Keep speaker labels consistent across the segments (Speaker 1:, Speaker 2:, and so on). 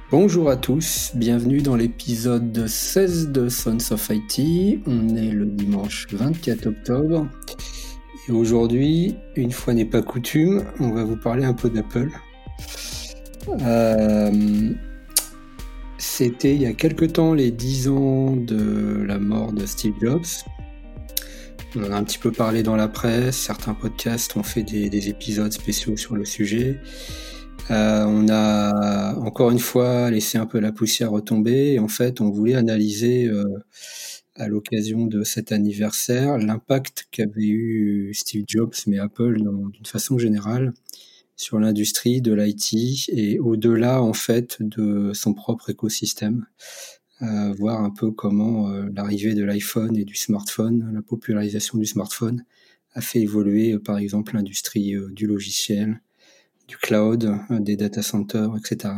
Speaker 1: Bonjour à tous, bienvenue dans l'épisode 16 de Sons of IT. On est le dimanche 24 octobre. Et aujourd'hui, une fois n'est pas coutume, on va vous parler un peu d'Apple. C'était il y a quelque temps les 10 ans de la mort de Steve Jobs. On en a un petit peu parlé dans la presse, certains podcasts ont fait des épisodes spéciaux sur le sujet. On a encore une fois laissé un peu la poussière retomber et en fait on voulait analyser à l'occasion de cet anniversaire l'impact qu'avait eu Steve Jobs mais Apple d'une façon générale sur l'industrie de l'IT et au-delà en fait de son propre écosystème, voir un peu comment l'arrivée de l'iPhone et du smartphone, la popularisation du smartphone a fait évoluer par exemple l'industrie du logiciel, du cloud, des data centers, etc.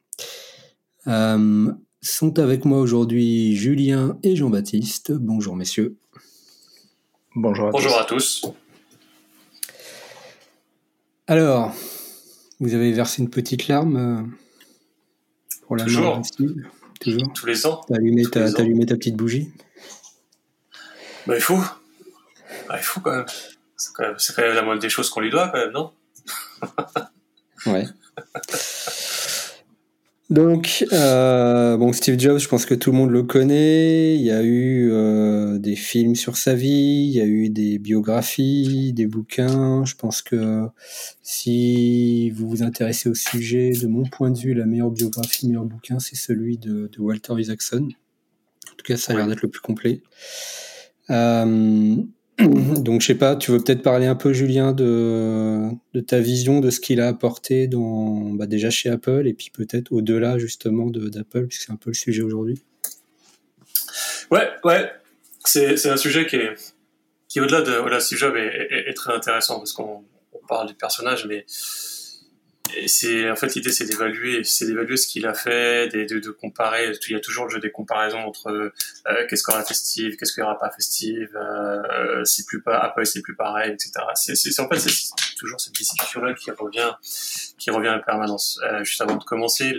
Speaker 1: Sont avec moi aujourd'hui Julien et Jean-Baptiste. Bonjour messieurs.
Speaker 2: Bonjour à tous.
Speaker 1: Alors, vous avez versé une petite larme pour la mort de Steve ? Toujours.
Speaker 2: Tous les ans.
Speaker 1: T'as allumé ta petite bougie ?
Speaker 2: Bah, il faut quand même. C'est quand même la moindre des choses qu'on lui doit quand même, non ?
Speaker 1: Ouais. Donc, Steve Jobs, je pense que tout le monde le connaît. Il y a eu des films sur sa vie, il y a eu des biographies, des bouquins. Je pense que si vous vous intéressez au sujet, de mon point de vue, la meilleure biographie, le meilleur bouquin, c'est celui de Walter Isaacson. En tout cas, ça a l'air d'être le plus complet. Donc, je sais pas, tu veux peut-être parler un peu, Julien, de ta vision de ce qu'il a apporté déjà chez Apple et puis peut-être au-delà justement d'Apple, puisque c'est un peu le sujet aujourd'hui.
Speaker 2: Ouais. C'est un sujet qui au-delà de Steve Jobs est très intéressant parce qu'on parle du personnage, mais en fait l'idée c'est d'évaluer ce qu'il a fait, de comparer. Il y a toujours le jeu des comparaisons entre qu'est-ce qu'aura fait Steve, qu'est-ce qu'il n'aura pas fait Steve, c'est plus pas Apple, c'est plus pareil, etc. C'est toujours cette discussion-là qui revient en permanence. Juste avant de commencer,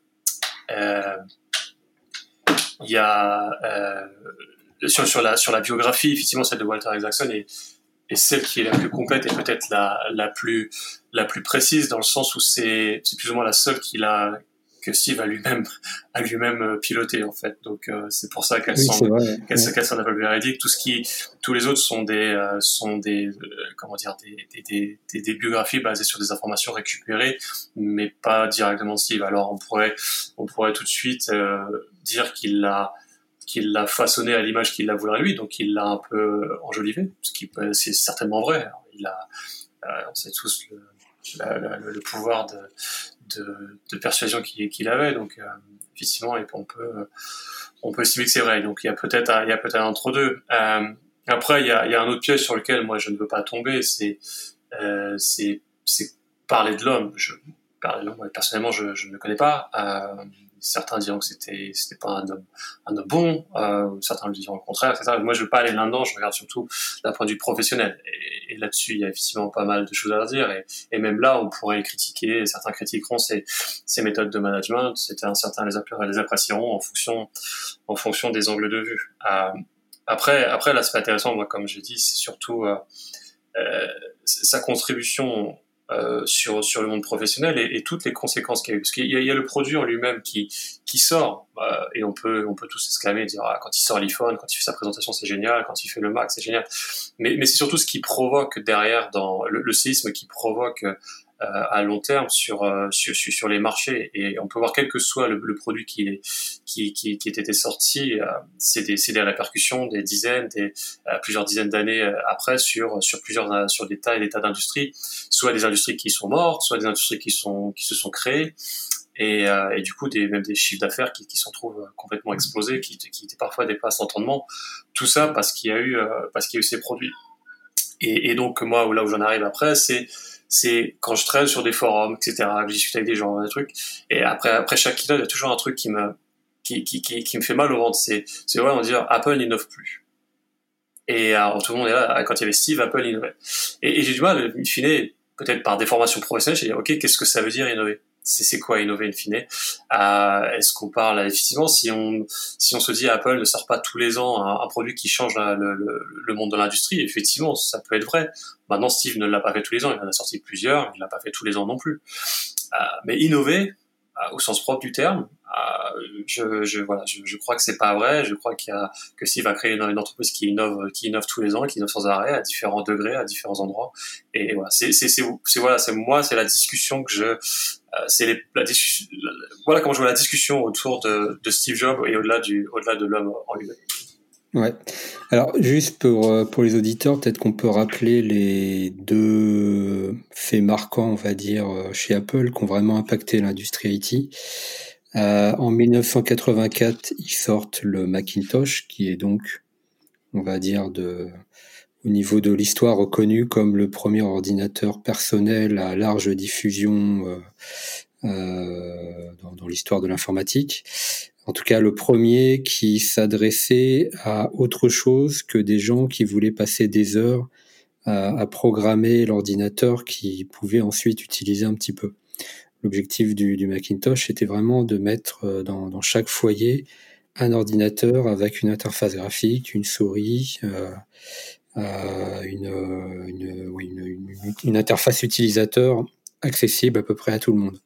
Speaker 2: il y a sur la biographie, effectivement celle de Walter Isaacson et celle qui est la plus complète et peut-être la plus précise dans le sens où c'est plus ou moins la seule que Steve a lui-même piloté en fait. Donc c'est pour ça qu'elle semble un peu véridique. Tous les autres sont des biographies basées sur des informations récupérées, mais pas directement de Steve. Alors on pourrait tout de suite dire qu'il l'a façonné à l'image qu'il la voulait lui, donc il l'a un peu enjolivé, c'est certainement vrai. On sait tous le pouvoir de persuasion qu'il avait, donc effectivement, et on peut estimer que c'est vrai. Donc il y a peut-être un entre deux. Après, il y a un autre piège sur lequel moi je ne veux pas tomber, c'est parler de l'homme. Personnellement, je ne le connais pas. Certains diront que c'était pas un homme bon, certains le diront le contraire, etc. Moi, je veux pas aller là-dedans, je regarde surtout d'un point de vue professionnel. Et là-dessus, il y a effectivement pas mal de choses à dire. Et même là, on pourrait critiquer, certains critiqueront ces méthodes de management, certains les apprécieront en fonction des angles de vue. Après, l'aspect intéressant, moi, comme j'ai dit, c'est surtout sa contribution sur le monde professionnel et toutes les conséquences qu'il y a eu, parce qu'il y a le produit en lui-même qui sort, et on peut tous s'exclamer et dire quand il sort l'iPhone, quand il fait sa présentation c'est génial, quand il fait le Mac c'est génial, mais c'est surtout ce qui provoque derrière dans le séisme qui provoque à long terme sur les marchés. Et on peut voir quel que soit le produit qui ait été sorti, c'est des répercussions des dizaines, plusieurs dizaines d'années après sur des tas et des tas d'industries, soit des industries qui sont mortes, soit des industries qui se sont créées. Et du coup même des chiffres d'affaires qui se retrouvent complètement explosés, qui parfois dépassent l'entendement. Tout ça parce qu'il y a eu ces produits. Et donc moi là où j'en arrive après, c'est quand je traîne sur des forums, etc., que je discute avec des gens, des trucs, et après chaque keynote, il y a toujours un truc qui me fait mal au ventre, c'est vraiment dire Apple n'innove plus. Et alors tout le monde est là, quand il y avait Steve, Apple innovait. Et j'ai du mal, in fine, peut-être par des formations professionnelles, j'ai dit ok, qu'est-ce que ça veut dire innover ? c'est quoi innover in fine? Est-ce qu'on parle effectivement si on se dit Apple ne sort pas tous les ans un produit qui change le monde de l'industrie, effectivement ça peut être vrai. Maintenant Steve ne l'a pas fait tous les ans, il en a sorti plusieurs, il l'a pas fait tous les ans non plus. Mais innover au sens propre du terme, je crois que c'est pas vrai. Je crois que Steve va créer une entreprise qui innove tous les ans, qui innove sans arrêt à différents degrés, à différents endroits. Et voilà, c'est la discussion que la discussion, voilà comment je vois la discussion autour de Steve Jobs et au-delà de l'homme en lui-même.
Speaker 1: Ouais. Alors, juste pour les auditeurs, peut-être qu'on peut rappeler les deux faits marquants, on va dire, chez Apple, qui ont vraiment impacté l'industrie IT. En 1984, ils sortent le Macintosh, qui est donc, on va dire, au niveau de l'histoire, reconnu comme le premier ordinateur personnel à large diffusion dans l'histoire de l'informatique. En tout cas, le premier qui s'adressait à autre chose que des gens qui voulaient passer des heures à programmer l'ordinateur qu'ils pouvaient ensuite utiliser un petit peu. L'objectif du Macintosh était vraiment de mettre dans chaque foyer un ordinateur avec une interface graphique, une souris, une interface utilisateur accessible à peu près à tout le monde.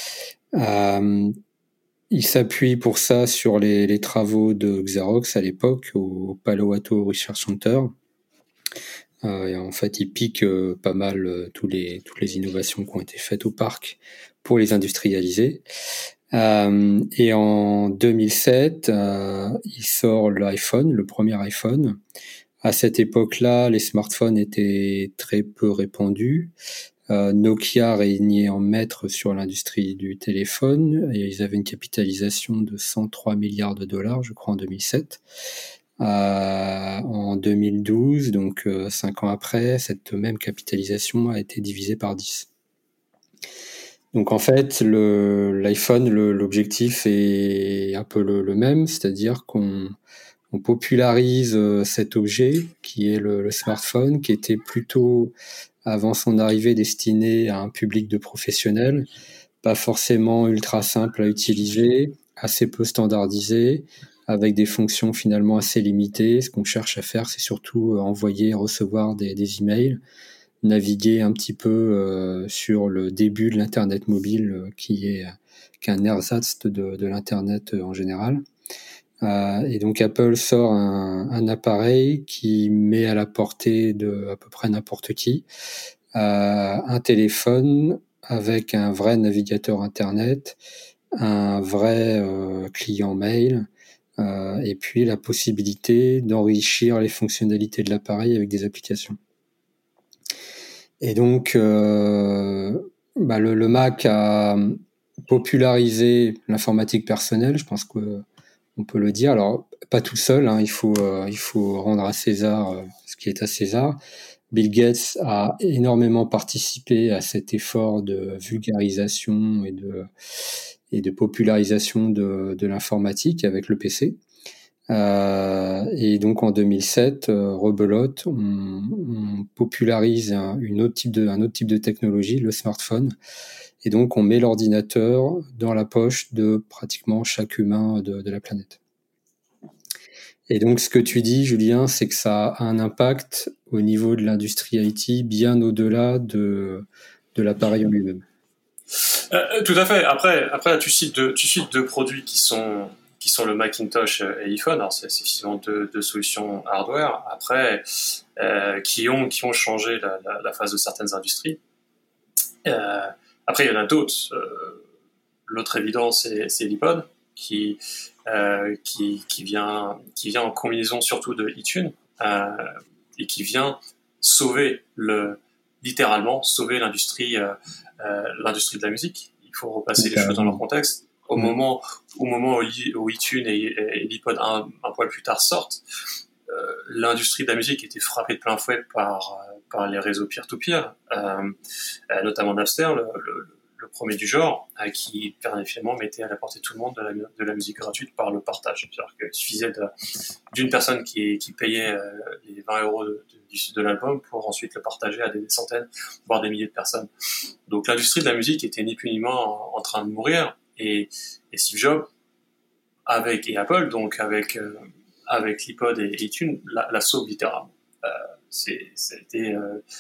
Speaker 1: Il s'appuie pour ça sur les travaux de Xerox à l'époque au Palo Alto Research Center. Et en fait, il pique pas mal toutes les innovations qui ont été faites au parc pour les industrialiser. Et en 2007, il sort l'iPhone, le premier iPhone. À cette époque-là, les smartphones étaient très peu répandus. Nokia régnait en maître sur l'industrie du téléphone et ils avaient une capitalisation de 103 milliards de dollars, je crois, en 2007. En 2012, donc 5 ans après, cette même capitalisation a été divisée par 10. Donc en fait, l'iPhone, l'objectif est un peu le même, c'est-à-dire qu'on popularise cet objet qui est le smartphone, qui était plutôt avant son arrivée destiné à un public de professionnels, pas forcément ultra simple à utiliser, assez peu standardisé, avec des fonctions finalement assez limitées. Ce qu'on cherche à faire, c'est surtout envoyer et recevoir des emails, naviguer un petit peu sur le début de l'Internet mobile, qui est un ersatz de l'Internet en général. Et donc Apple sort un appareil qui met à la portée de à peu près n'importe qui un téléphone avec un vrai navigateur Internet, un vrai client mail, et puis la possibilité d'enrichir les fonctionnalités de l'appareil avec des applications. Et donc le Mac a popularisé l'informatique personnelle, je pense que on peut le dire. Alors, pas tout seul, hein, il faut rendre à César ce qui est à César. Bill Gates a énormément participé à cet effort de vulgarisation et de popularisation de l'informatique avec le PC. Et donc en 2007, rebelote, on popularise un autre type de technologie, le smartphone. Et donc, on met l'ordinateur dans la poche de pratiquement chaque humain de la planète. Et donc, ce que tu dis, Julien, c'est que ça a un impact au niveau de l'industrie IT bien au-delà de l'appareil en lui-même.
Speaker 2: Tout à fait. Après, tu cites deux produits qui sont le Macintosh et l'iPhone. Alors, c'est effectivement deux solutions hardware. Après, qui ont changé la phase de certaines industries. Après, il y en a d'autres. L'autre évident, c'est l'iPod, qui vient en combinaison surtout de iTunes, et qui vient littéralement sauver l'industrie de la musique. Il faut replacer les choses dans leur contexte. Au moment où iTunes et l'iPod un poil plus tard sortent, l'industrie de la musique était frappée de plein fouet par les réseaux peer-to-peer, notamment Napster, le premier du genre, qui finalement mettait à la portée de tout le monde de la musique gratuite par le partage. C'est-à-dire qu'il suffisait d'une personne qui payait les 20 euros de l'album pour ensuite le partager à des centaines, voire des milliers de personnes. Donc l'industrie de la musique était ni plus ni moins en train de mourir, et Steve Jobs, et Apple, donc avec l'iPod et iTunes, la sauve littéralement. C'était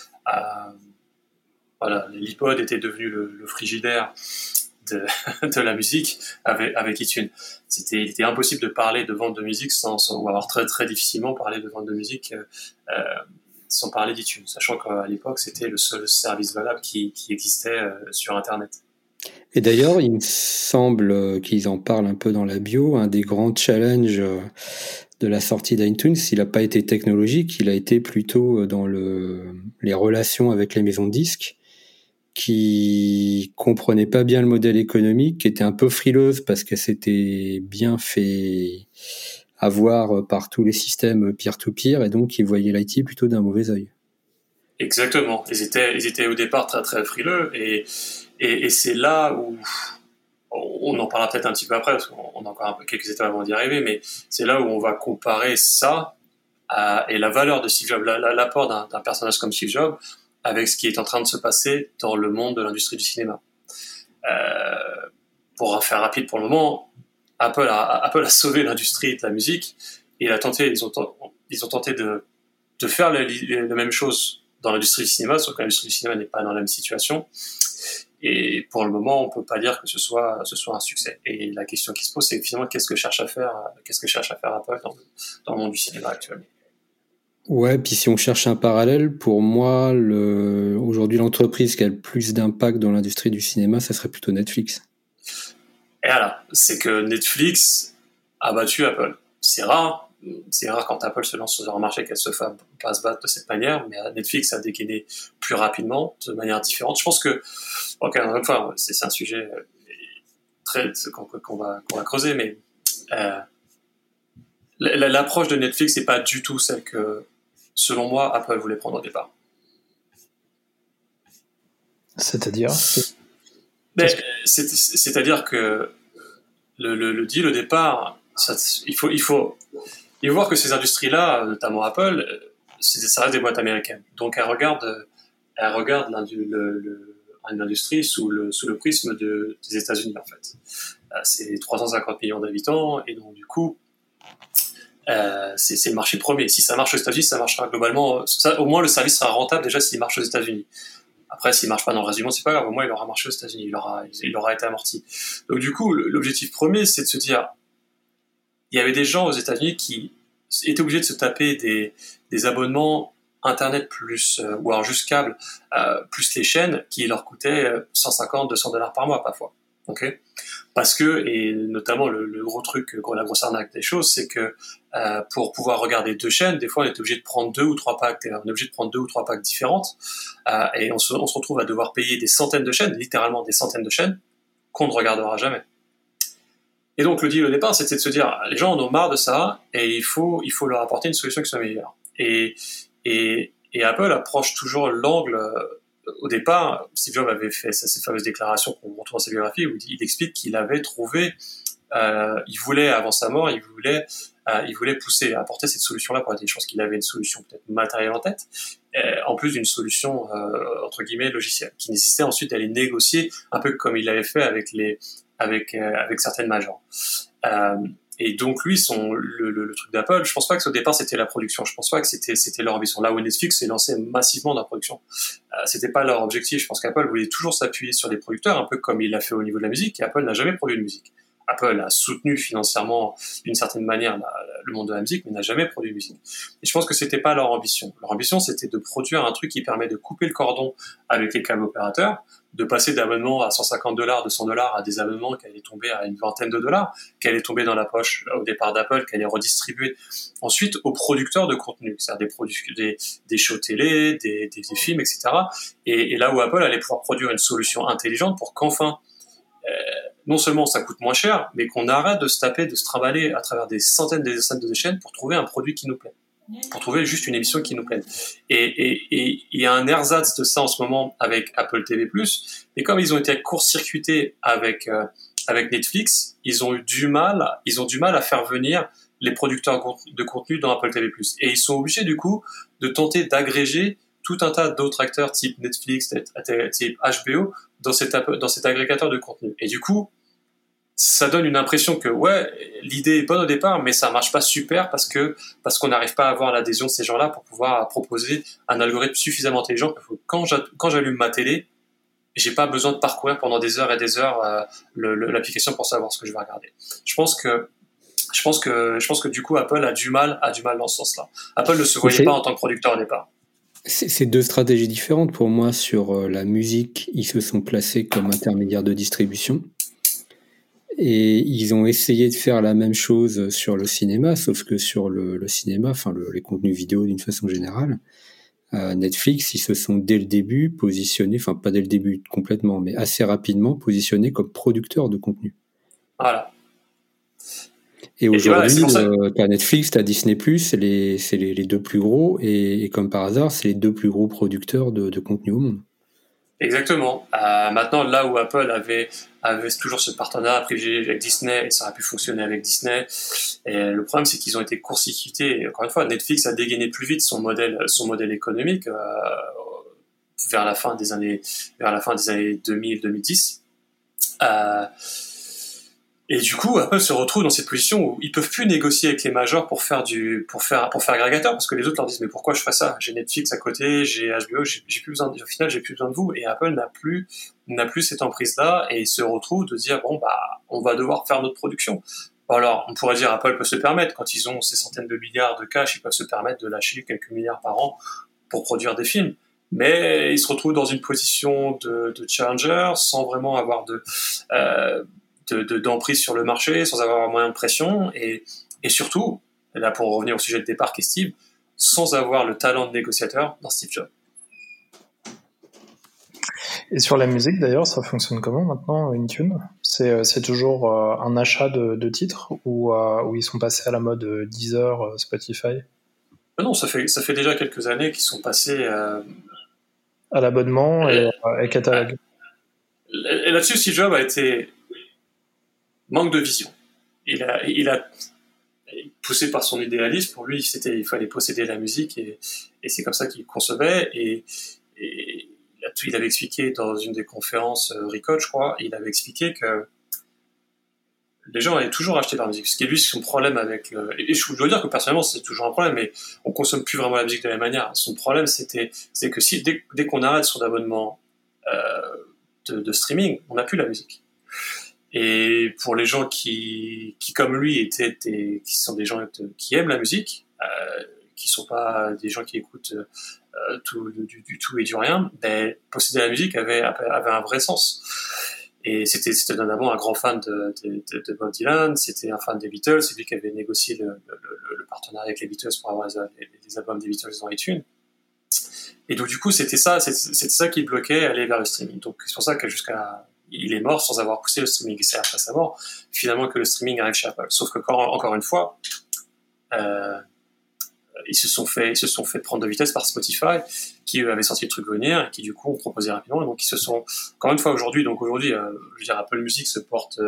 Speaker 2: voilà, l'iPod était devenu le frigidaire de la musique avec iTunes. Il était impossible de parler de vente de musique ou alors très très difficilement parler de vente de musique sans parler d'iTunes, sachant qu'à l'époque c'était le seul service valable qui existait sur Internet.
Speaker 1: Et d'ailleurs, il me semble qu'ils en parlent un peu dans la bio, un des grands challenges de la sortie d'iTunes, il n'a pas été technologique, il a été plutôt dans les relations avec les maisons de disques, qui comprenaient pas bien le modèle économique, qui étaient un peu frileuses parce que c'était bien fait avoir par tous les systèmes peer-to-peer, et donc ils voyaient l'IT plutôt d'un mauvais œil.
Speaker 2: Exactement. Ils étaient au départ très très frileux, et c'est là où on en parlera peut-être un petit peu après, parce qu'on a encore quelques étapes avant d'y arriver, mais c'est là où on va comparer ça et la valeur de Steve Jobs, l'apport d'un personnage comme Steve Jobs avec ce qui est en train de se passer dans le monde de l'industrie du cinéma. Pour en faire rapide pour le moment, Apple a sauvé l'industrie de la musique, et ils ont tenté de faire la même chose dans l'industrie du cinéma, sauf que l'industrie du cinéma n'est pas dans la même situation. Et pour le moment, on peut pas dire que ce soit un succès. Et la question qui se pose, c'est finalement qu'est-ce que cherche à faire Apple dans le monde du cinéma actuellement.
Speaker 1: Ouais, puis si on cherche un parallèle, pour moi, aujourd'hui, l'entreprise qui a le plus d'impact dans l'industrie du cinéma, ça serait plutôt Netflix.
Speaker 2: Et voilà, c'est que Netflix a battu Apple. C'est rare quand Apple se lance sur un marché qu'elle se fasse pas se battre de cette manière, mais Netflix a dégainé plus rapidement, de manière différente. Je pense que, encore une fois, c'est un sujet qu'on va creuser, mais l'approche de Netflix n'est pas du tout celle que, selon moi, Apple voulait prendre au départ.
Speaker 3: C'est-à-dire
Speaker 2: C'est-à-dire que le deal au départ, il faut voir que ces industries-là, notamment Apple, ça reste des boîtes américaines. Donc elles regardent une industrie sous le prisme des États-Unis, en fait. C'est 350 millions d'habitants, et donc du coup, c'est le marché premier. Si ça marche aux États-Unis, ça marchera globalement. Au moins, le service sera rentable déjà s'il marche aux États-Unis. Après, s'il marche pas dans le reste du monde, c'est pas grave. Au moins, il aura marché aux États-Unis. Il aura été amorti. Donc, du coup, l'objectif premier, c'est de se dire, il y avait des gens aux États-Unis qui étaient obligés de se taper des abonnements Internet plus, ou alors juste câble, plus les chaînes, qui leur coûtaient 150, $200 par mois, parfois. Ok? Parce que, et notamment le gros truc, la grosse arnaque des choses, c'est que pour pouvoir regarder deux chaînes, des fois on est obligé de prendre deux ou trois packs différentes, et on se retrouve à devoir payer des centaines de chaînes, littéralement des centaines de chaînes, qu'on ne regardera jamais. Et donc le deal au départ, c'était de se dire, les gens en ont marre de ça, et il faut leur apporter une solution qui soit meilleure. Et Apple approche toujours l'angle. Au départ, Steve Jobs avait fait cette fameuse déclaration qu'on retrouve dans sa biographie, où il explique qu'il avait trouvé, il voulait, avant sa mort, il voulait pousser, apporter cette solution-là pour aider. Je pense qu'il avait une solution peut-être matérielle en tête, en plus d'une solution, entre guillemets, logicielle, qui nécessitait ensuite d'aller négocier, un peu comme il l'avait fait avec certaines majors. Et donc lui, le truc d'Apple, je pense pas que au départ c'était la production, je pense pas que c'était leur ambition. Là où Netflix s'est lancé massivement dans la production, c'était pas leur objectif. Je pense qu'Apple voulait toujours s'appuyer sur les producteurs, un peu comme il l'a fait au niveau de la musique, et Apple n'a jamais produit de musique. Apple a soutenu financièrement, d'une certaine manière, le monde de la musique, mais n'a jamais produit de musique. Et je pense que c'était pas leur ambition. Leur ambition, c'était de produire un truc qui permet de couper le cordon avec les câbles opérateurs, de passer d'abonnements à $150, $200 à des abonnements qui allaient tomber à une vingtaine de dollars, qui allaient tomber dans la poche au départ d'Apple, qui allaient redistribuer ensuite aux producteurs de contenu, c'est-à-dire des shows télé, des films, etc. Et là où Apple allait pouvoir produire une solution intelligente pour qu'enfin, non seulement ça coûte moins cher, mais qu'on arrête de se trimballer à travers des centaines de chaînes pour trouver un produit qui nous plaît. pour trouver juste une émission qui nous plaise. Et il y a un ersatz de ça en ce moment avec Apple TV+, et comme ils ont été court-circuités avec Netflix, ils ont du mal à faire venir les producteurs de contenu dans Apple TV+. Et ils sont obligés du coup de tenter d'agréger tout un tas d'autres acteurs type Netflix, type HBO dans cet agrégateur de contenu. Et du coup, ça donne une impression que ouais, l'idée est bonne au départ, mais ça marche pas super parce qu'on n'arrive pas à avoir l'adhésion de ces gens-là pour pouvoir proposer un algorithme suffisamment intelligent que quand j'allume ma télé, j'ai pas besoin de parcourir pendant des heures et des heures l'application pour savoir ce que je vais regarder. Je pense que du coup Apple a du mal dans ce sens-là. Apple ne se voyait pas en tant que producteur au départ.
Speaker 1: C'est deux stratégies différentes pour moi. Sur la musique, ils se sont placés comme intermédiaires de distribution. Et ils ont essayé de faire la même chose sur le cinéma, sauf que sur le cinéma, enfin les contenus vidéo d'une façon générale, Netflix, ils se sont dès le début positionnés, enfin pas dès le début complètement, mais assez rapidement positionnés comme producteurs de contenu.
Speaker 2: Voilà.
Speaker 1: Et aujourd'hui, t'as Netflix, t'as Disney+, c'est les deux plus gros, et comme par hasard, c'est les deux plus gros producteurs de contenu au monde.
Speaker 2: Exactement. Maintenant, là où Apple avait toujours ce partenariat privilégié avec Disney, et ça aurait pu fonctionner avec Disney, et le problème c'est qu'ils ont été court-circuités. Encore une fois, Netflix a dégainé plus vite son modèle économique vers la fin des années 2000-2010. Et du coup, Apple se retrouve dans cette position où ils peuvent plus négocier avec les majors pour faire agrégateur, parce que les autres leur disent mais pourquoi je fais ça? J'ai Netflix à côté, j'ai HBO, j'ai plus besoin. Au final, j'ai plus besoin de vous. Et Apple n'a plus cette emprise-là, et ils se retrouvent de dire bon bah on va devoir faire notre production. Alors, on pourrait dire Apple peut se permettre, quand ils ont ces centaines de milliards de cash, ils peuvent se permettre de lâcher quelques milliards par an pour produire des films. Mais ils se retrouvent dans une position de challenger sans vraiment avoir d'emprise sur le marché, sans avoir moyen de pression, et surtout, et là pour revenir au sujet de départ qu'est Steve, sans avoir le talent de négociateur dans Steve Jobs.
Speaker 3: Et sur la musique d'ailleurs, ça fonctionne comment maintenant, Intune? C'est toujours un achat de titres ou ils sont passés à la mode Deezer, Spotify?
Speaker 2: Non, ça fait déjà quelques années qu'ils sont passés
Speaker 3: à l'abonnement et catalogue.
Speaker 2: Et là-dessus, Steve Jobs a été manque de vision. Il a poussé par son idéalisme. Pour lui, il fallait posséder la musique, et c'est comme ça qu'il concevait. Et il avait expliqué dans une des conférences Record, je crois, il avait expliqué que les gens allaient toujours acheter leur musique. Ce qui est lui, son problème avec et je dois dire que personnellement, c'est toujours un problème, mais on consomme plus vraiment la musique de la même manière. Son problème, c'est que dès qu'on arrête son abonnement de streaming, on n'a plus la musique. Et pour les gens qui comme lui qui sont des gens qui aiment la musique, qui sont pas des gens qui écoutent du tout et du rien, ben posséder la musique avait un vrai sens. Et c'était notamment un grand fan de Bob Dylan, c'était un fan des Beatles, c'est lui qui avait négocié le partenariat avec les Beatles pour avoir les albums des Beatles dans iTunes. Et donc du coup c'était ça qui le bloquait à aller vers le streaming. Donc c'est pour ça que il est mort sans avoir poussé le streaming. Et c'est après sa mort, finalement, que le streaming arrive chez Apple. Sauf que encore une fois, ils se sont fait prendre de vitesse par Spotify, qui eux avaient sorti le truc venir, et qui du coup ont proposé rapidement. Et donc ils se sont, encore une fois aujourd'hui, je veux dire, Apple Music se porte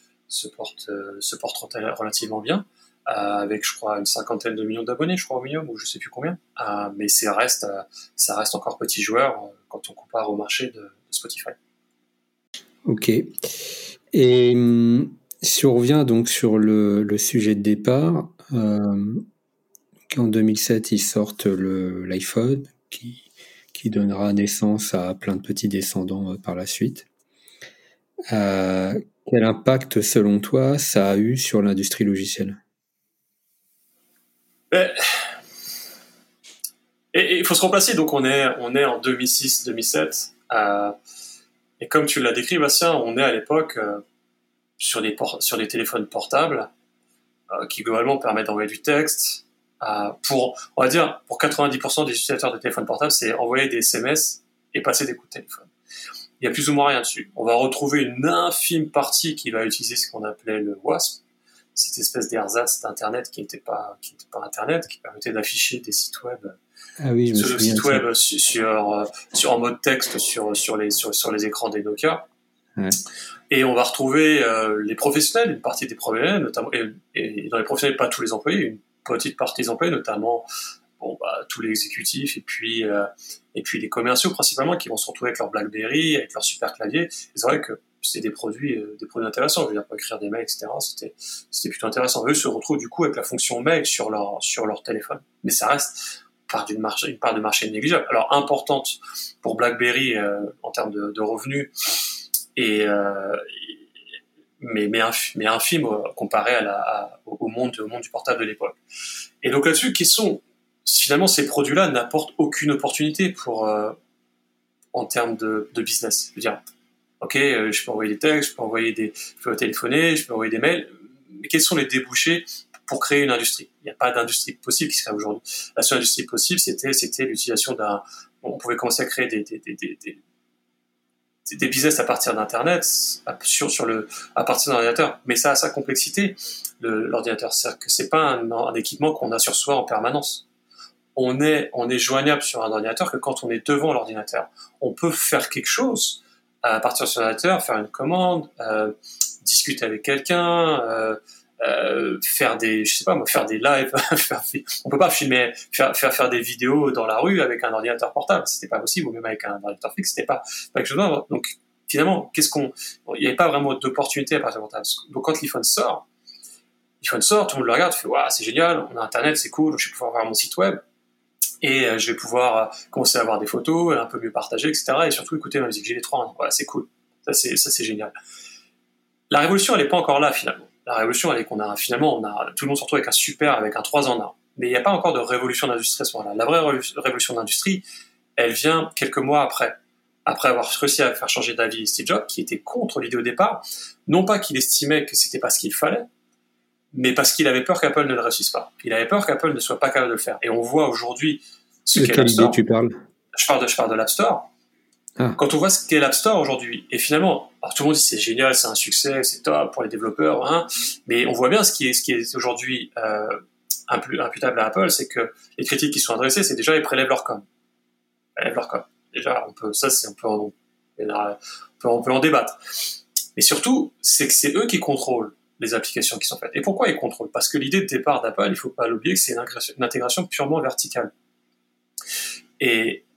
Speaker 2: relativement bien, avec je crois une 50aine de millions d'abonnés, je crois au minimum, ou je sais plus combien. Mais ça reste encore petit joueur quand on compare au marché de Spotify.
Speaker 1: Ok. Et si on revient donc sur le sujet de départ, en 2007, ils sortent l'iPhone qui donnera naissance à plein de petits descendants par la suite. Quel impact, selon toi, ça a eu sur l'industrie logicielle?
Speaker 2: Et il faut se remplacer. Donc on est en 2006-2007. Et comme tu l'as décrit, Bastien, on est à l'époque sur les téléphones portables qui globalement permettent d'envoyer du texte. On va dire, pour 90% des utilisateurs de téléphones portables, c'est envoyer des SMS et passer des coups de téléphone. Il y a plus ou moins rien dessus. On va retrouver une infime partie qui va utiliser ce qu'on appelait le WASP, cette espèce d'ersatz d'Internet qui n'était pas Internet, qui permettait d'afficher des sites web.
Speaker 1: Ah oui, je me souviens.
Speaker 2: Sites web sur en mode texte sur les écrans des Nokia.
Speaker 1: Ouais.
Speaker 2: Et on va retrouver les professionnels, une partie des professionnels, notamment, et dans les professionnels, pas tous les employés, une petite partie des employés, notamment tous les exécutifs et puis les commerciaux principalement, qui vont se retrouver avec leur BlackBerry, avec leur super clavier. Et c'est vrai que c'est des produits intéressants. Je veux dire, pour écrire des mails, etc. C'était plutôt intéressant. Eux se retrouvent du coup avec la fonction mail sur leur téléphone. Mais ça reste une part de marché négligeable. Alors importante pour BlackBerry en termes de revenus, mais infime comparé au monde du portable de l'époque. Et donc là-dessus, finalement, ces produits-là n'apportent aucune opportunité en termes de business. Je veux dire, ok, je peux envoyer des textes, je peux téléphoner, je peux envoyer des mails, mais quels sont les débouchés pour créer une industrie? Il n'y a pas d'industrie possible qui se crée aujourd'hui. La seule industrie possible, c'était l'utilisation on pouvait commencer à créer des business à partir d'Internet, à partir d'un ordinateur. Mais ça a sa complexité, l'ordinateur. C'est-à-dire que c'est pas un équipement qu'on a sur soi en permanence. On est joignable sur un ordinateur que quand on est devant l'ordinateur. On peut faire quelque chose à partir de son ordinateur, faire une commande, discuter avec quelqu'un, faire des lives. On peut pas faire des vidéos dans la rue avec un ordinateur portable. C'était pas possible, ou même avec un ordinateur fixe, c'était pas quelque chose d'autre. Donc, finalement, il n'y avait pas vraiment d'opportunité à partir de portable. Donc, quand l'iPhone sort, tout le monde le regarde, fait, waouh, c'est génial, on a Internet, c'est cool, je vais pouvoir avoir mon site web. Et je vais pouvoir commencer à avoir des photos, un peu mieux partager, etc. Et surtout écouter ma musique. J'ai les trois. Ouais, c'est cool. Ça, c'est génial. La révolution, elle n'est pas encore là, finalement. La révolution, elle est tout le monde se retrouve avec un 3 en 1. Mais il n'y a pas encore de révolution d'industrie à ce moment-là. La vraie révolution d'industrie, elle vient quelques mois après avoir réussi à faire changer d'avis Steve Jobs, qui était contre l'idée au départ. Non pas qu'il estimait que c'était pas ce qu'il fallait, mais parce qu'il avait peur qu'Apple ne le réussisse pas. Il avait peur qu'Apple ne soit pas capable de le faire. Et on voit aujourd'hui ce qu'est l'App Store.
Speaker 1: De quelle idée tu parles ?
Speaker 2: Je parle de l'App Store. Ah. Quand on voit ce qu'est l'App Store aujourd'hui, et finalement, alors tout le monde dit c'est génial, c'est un succès, c'est top pour les développeurs, hein, mais on voit bien ce qui est aujourd'hui imputable à Apple, c'est que les critiques qui sont adressées, c'est déjà ils prélèvent leur com. Déjà, on peut en débattre. Mais surtout, c'est que c'est eux qui contrôlent les applications qui sont faites. Et pourquoi ils contrôlent ? Parce que l'idée de départ d'Apple, il ne faut pas l'oublier, que c'est une intégration purement verticale. Et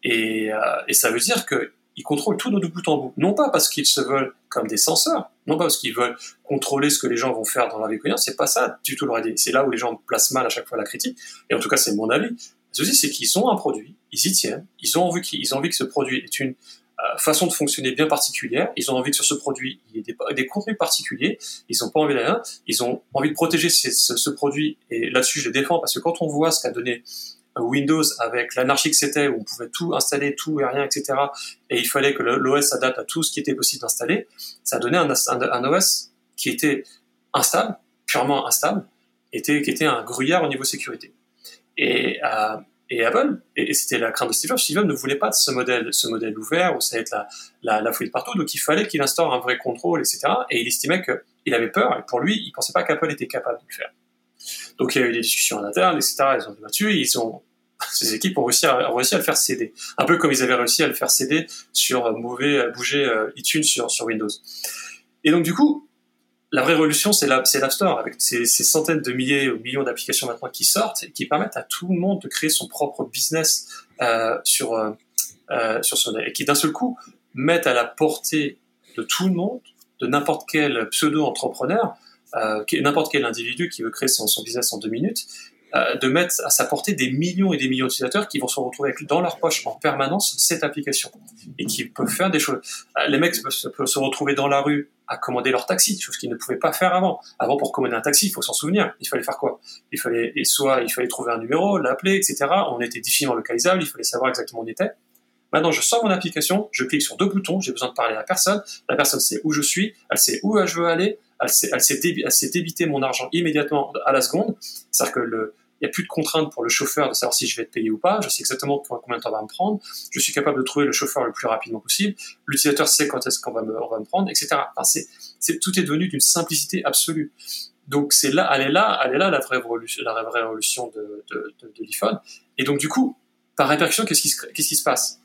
Speaker 2: ça veut dire qu'ils contrôlent tout de bout en bout. Non pas parce qu'ils se veulent comme des censeurs, non pas parce qu'ils veulent contrôler ce que les gens vont faire dans leur vie quotidienne, c'est pas ça du tout leur idée. C'est là où les gens placent mal à chaque fois la critique, et en tout cas c'est mon avis. Le souci, c'est qu'ils ont un produit, ils y tiennent, ils ont envie que ce produit ait une façon de fonctionner bien particulière, ils ont envie que sur ce produit il y ait des contenus particuliers, ils n'ont pas envie de rien, ils ont envie de protéger ce produit, et là-dessus je les défends, parce que quand on voit ce qu'a donné Windows avec l'anarchie que c'était, où on pouvait tout installer, tout et rien, etc., et il fallait que l'OS s'adapte à tout ce qui était possible d'installer, ça a donné un OS qui était instable, purement instable, qui était un gruyère au niveau sécurité. Et Apple, et c'était la crainte de Steve Jobs ne voulait pas de ce modèle ouvert où ça allait être la fouille de partout, donc il fallait qu'il instaure un vrai contrôle, etc. Et il estimait qu'il avait peur, et pour lui, il pensait pas qu'Apple était capable de le faire. Donc il y a eu des discussions en interne, etc. Ils ont débattu, ces équipes ont réussi à le faire céder. Un peu comme ils avaient réussi à le faire céder sur bouger iTunes sur Windows. Et donc du coup, la vraie révolution, c'est l'App Store, avec ces centaines de milliers ou millions d'applications maintenant qui sortent et qui permettent à tout le monde de créer son propre business sur son, et qui d'un seul coup mettent à la portée de tout le monde, de n'importe quel pseudo-entrepreneur, n'importe quel individu qui veut créer son business en 2 minutes, de mettre à sa portée des millions et des millions d'utilisateurs qui vont se retrouver dans leur poche en permanence cette application et qui peuvent faire des choses. Les mecs peuvent se retrouver dans la rue à commander leur taxi, chose qu'ils ne pouvaient pas faire avant. Avant, pour commander un taxi, il faut s'en souvenir. Il fallait faire quoi ? Il fallait trouver un numéro, l'appeler, etc. On était difficilement localisable, il fallait savoir exactement où on était. Maintenant, je sors mon application, je clique sur 2 boutons, j'ai besoin de parler à la personne sait où je suis, elle sait où je veux aller, elle sait débiter mon argent immédiatement à la seconde. C'est-à-dire que il n'y a plus de contrainte pour le chauffeur de savoir si je vais être payé ou pas. Je sais exactement combien de temps va me prendre. Je suis capable de trouver le chauffeur le plus rapidement possible. L'utilisateur sait quand est-ce qu'on va me prendre, etc. Enfin, tout est devenu d'une simplicité absolue. Donc elle est là la vraie révolution de l'iPhone. Et donc du coup, par répercussion, qu'est-ce qui se passe?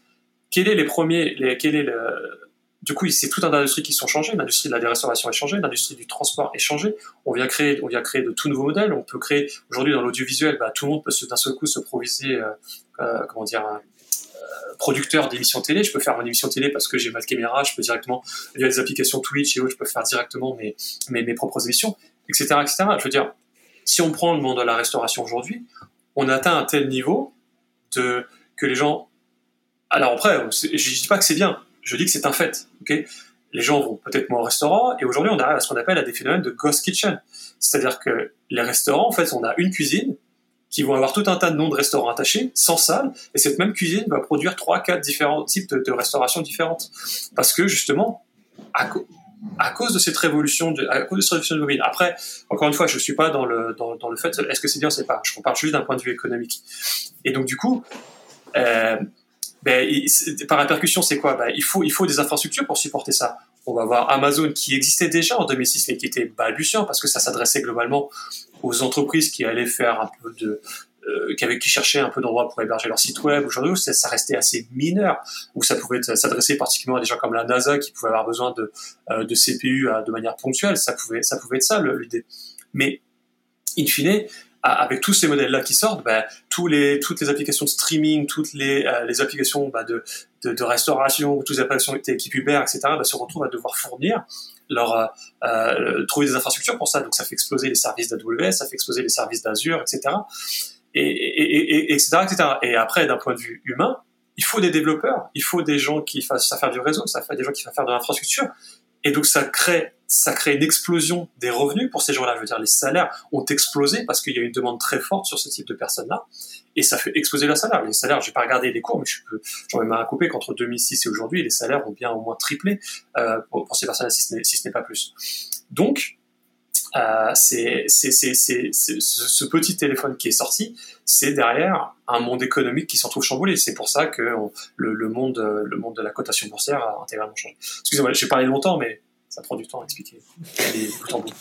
Speaker 2: Du coup, c'est toute une industrie qui sont changées. L'industrie de la restauration est changée, l'industrie du transport est changée. On vient créer de tout nouveaux modèles. On peut créer aujourd'hui dans l'audiovisuel, tout le monde peut d'un seul coup se proviser, producteur d'émissions télé. Je peux faire mon émission télé parce que j'ai ma caméra. Je peux directement via les applications Twitch et autres, je peux faire directement mes propres émissions, etc., etc. Je veux dire, si on prend le monde de la restauration aujourd'hui, on atteint un tel niveau que les gens. Alors après, je dis pas que c'est bien. Je dis que c'est un fait, ok? Les gens vont peut-être moins au restaurant, et aujourd'hui, on arrive à ce qu'on appelle des phénomènes de ghost kitchen. C'est-à-dire que les restaurants, en fait, on a une cuisine qui vont avoir tout un tas de noms de restaurants attachés, sans salle, et cette même cuisine va produire 3-4 différents types de restaurations différentes. Parce que, justement, à cause de cette révolution de mobile. Après, encore une fois, je suis pas dans le fait, est-ce que c'est bien, c'est pas. Je parle juste d'un point de vue économique. Et donc, du coup, par répercussion, c'est quoi? Il faut des infrastructures pour supporter ça. On va voir Amazon qui existait déjà en 2006, mais qui était balbutiant parce que ça s'adressait globalement aux entreprises qui allaient faire un peu qui cherchaient un peu d'endroits pour héberger leur site web. Aujourd'hui, ça restait assez mineur, où ça pouvait s'adresser particulièrement à des gens comme la NASA qui pouvaient avoir besoin de CPU de manière ponctuelle. Ça pouvait être ça l'idée. Mais in fine, avec tous ces modèles-là qui sortent, toutes les applications de streaming, toutes les applications de restauration, toutes les applications d'équipe Uber, etc., se retrouvent à devoir fournir trouver des infrastructures pour ça. Donc ça fait exploser les services d'AWS, ça fait exploser les services d'Azure, etc., etc., etc. Et après, d'un point de vue humain, il faut des développeurs, il faut des gens qui fassent faire du réseau, ça fait des gens qui fassent faire de l'infrastructure. Et donc ça crée une explosion des revenus pour ces gens-là. Je veux dire, les salaires ont explosé parce qu'il y a une demande très forte sur ce type de personnes-là, et ça fait exploser leurs salaires. Les salaires, j'ai pas regardé les cours, mais j'en ai marre à couper qu'entre 2006 et aujourd'hui, les salaires ont bien au moins triplé pour ces personnes-là, si ce n'est pas plus. Donc, ce petit téléphone qui est sorti, c'est derrière un monde économique qui s'en trouve chamboulé. C'est pour ça que le monde de la cotation boursière a intégralement changé. Excusez-moi, j'ai parlé longtemps, mais ça prend du temps à expliquer les bout en bout.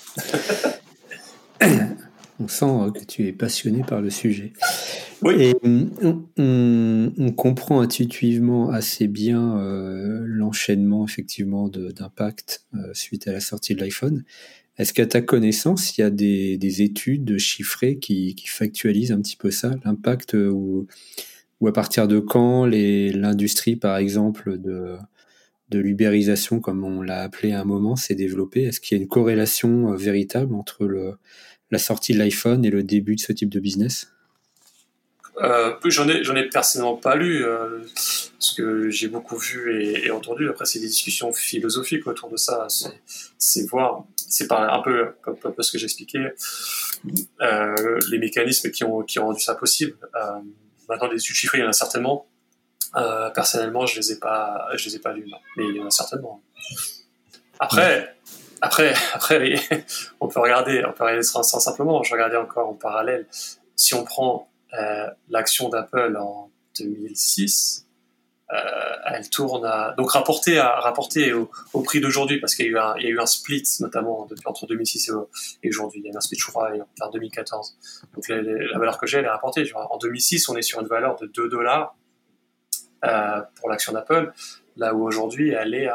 Speaker 1: On sent que tu es passionné par le sujet.
Speaker 2: Oui.
Speaker 1: Et on comprend intuitivement assez bien l'enchaînement effectivement d'impact suite à la sortie de l'iPhone. Est-ce qu'à ta connaissance, il y a des études chiffrées qui factualisent un petit peu ça, l'impact ou à partir de quand l'industrie, par exemple, de l'ubérisation, comme on l'a appelé à un moment, s'est développée? Est-ce qu'il y a une corrélation véritable entre la sortie de l'iPhone et le début de ce type de business?
Speaker 2: J'en ai personnellement pas lu, ce que j'ai beaucoup vu et entendu. Après, c'est des discussions philosophiques autour de ça. C'est voir, c'est un peu ce que j'expliquais, les mécanismes qui ont rendu ça possible. Maintenant, des études chiffrées, il y en a certainement. Personnellement, je les ai pas lus, non. Mais il y en a certainement. Après, on peut regarder ça simplement. Je regardais encore en parallèle. Si on prend l'action d'Apple en 2006, elle tourne donc rapportée au prix d'aujourd'hui, parce qu'il y a eu un split notamment entre 2006 et aujourd'hui. Il y a eu un split, je crois, vers 2014. Donc la valeur que j'ai, elle est rapportée. En 2006, on est sur une valeur de $2 pour l'action d'Apple, là où aujourd'hui elle est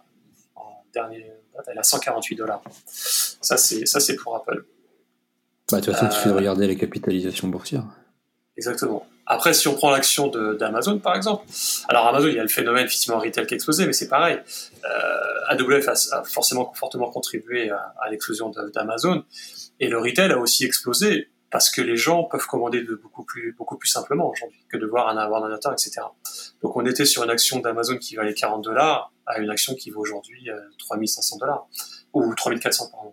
Speaker 2: elle est à $148. Ça c'est pour Apple.
Speaker 1: De toute façon, il suffit de regarder les capitalisations boursières.
Speaker 2: Exactement. Après, si on prend l'action d'Amazon, par exemple, alors Amazon, il y a le phénomène effectivement retail qui a explosé, mais c'est pareil. AWS a fortement contribué à l'explosion d'Amazon, et le retail a aussi explosé parce que les gens peuvent commander beaucoup plus simplement aujourd'hui que de avoir un ordinateur, etc. Donc on était sur une action d'Amazon qui valait $40 à une action qui vaut aujourd'hui $3,500 ou 3,400 pardon.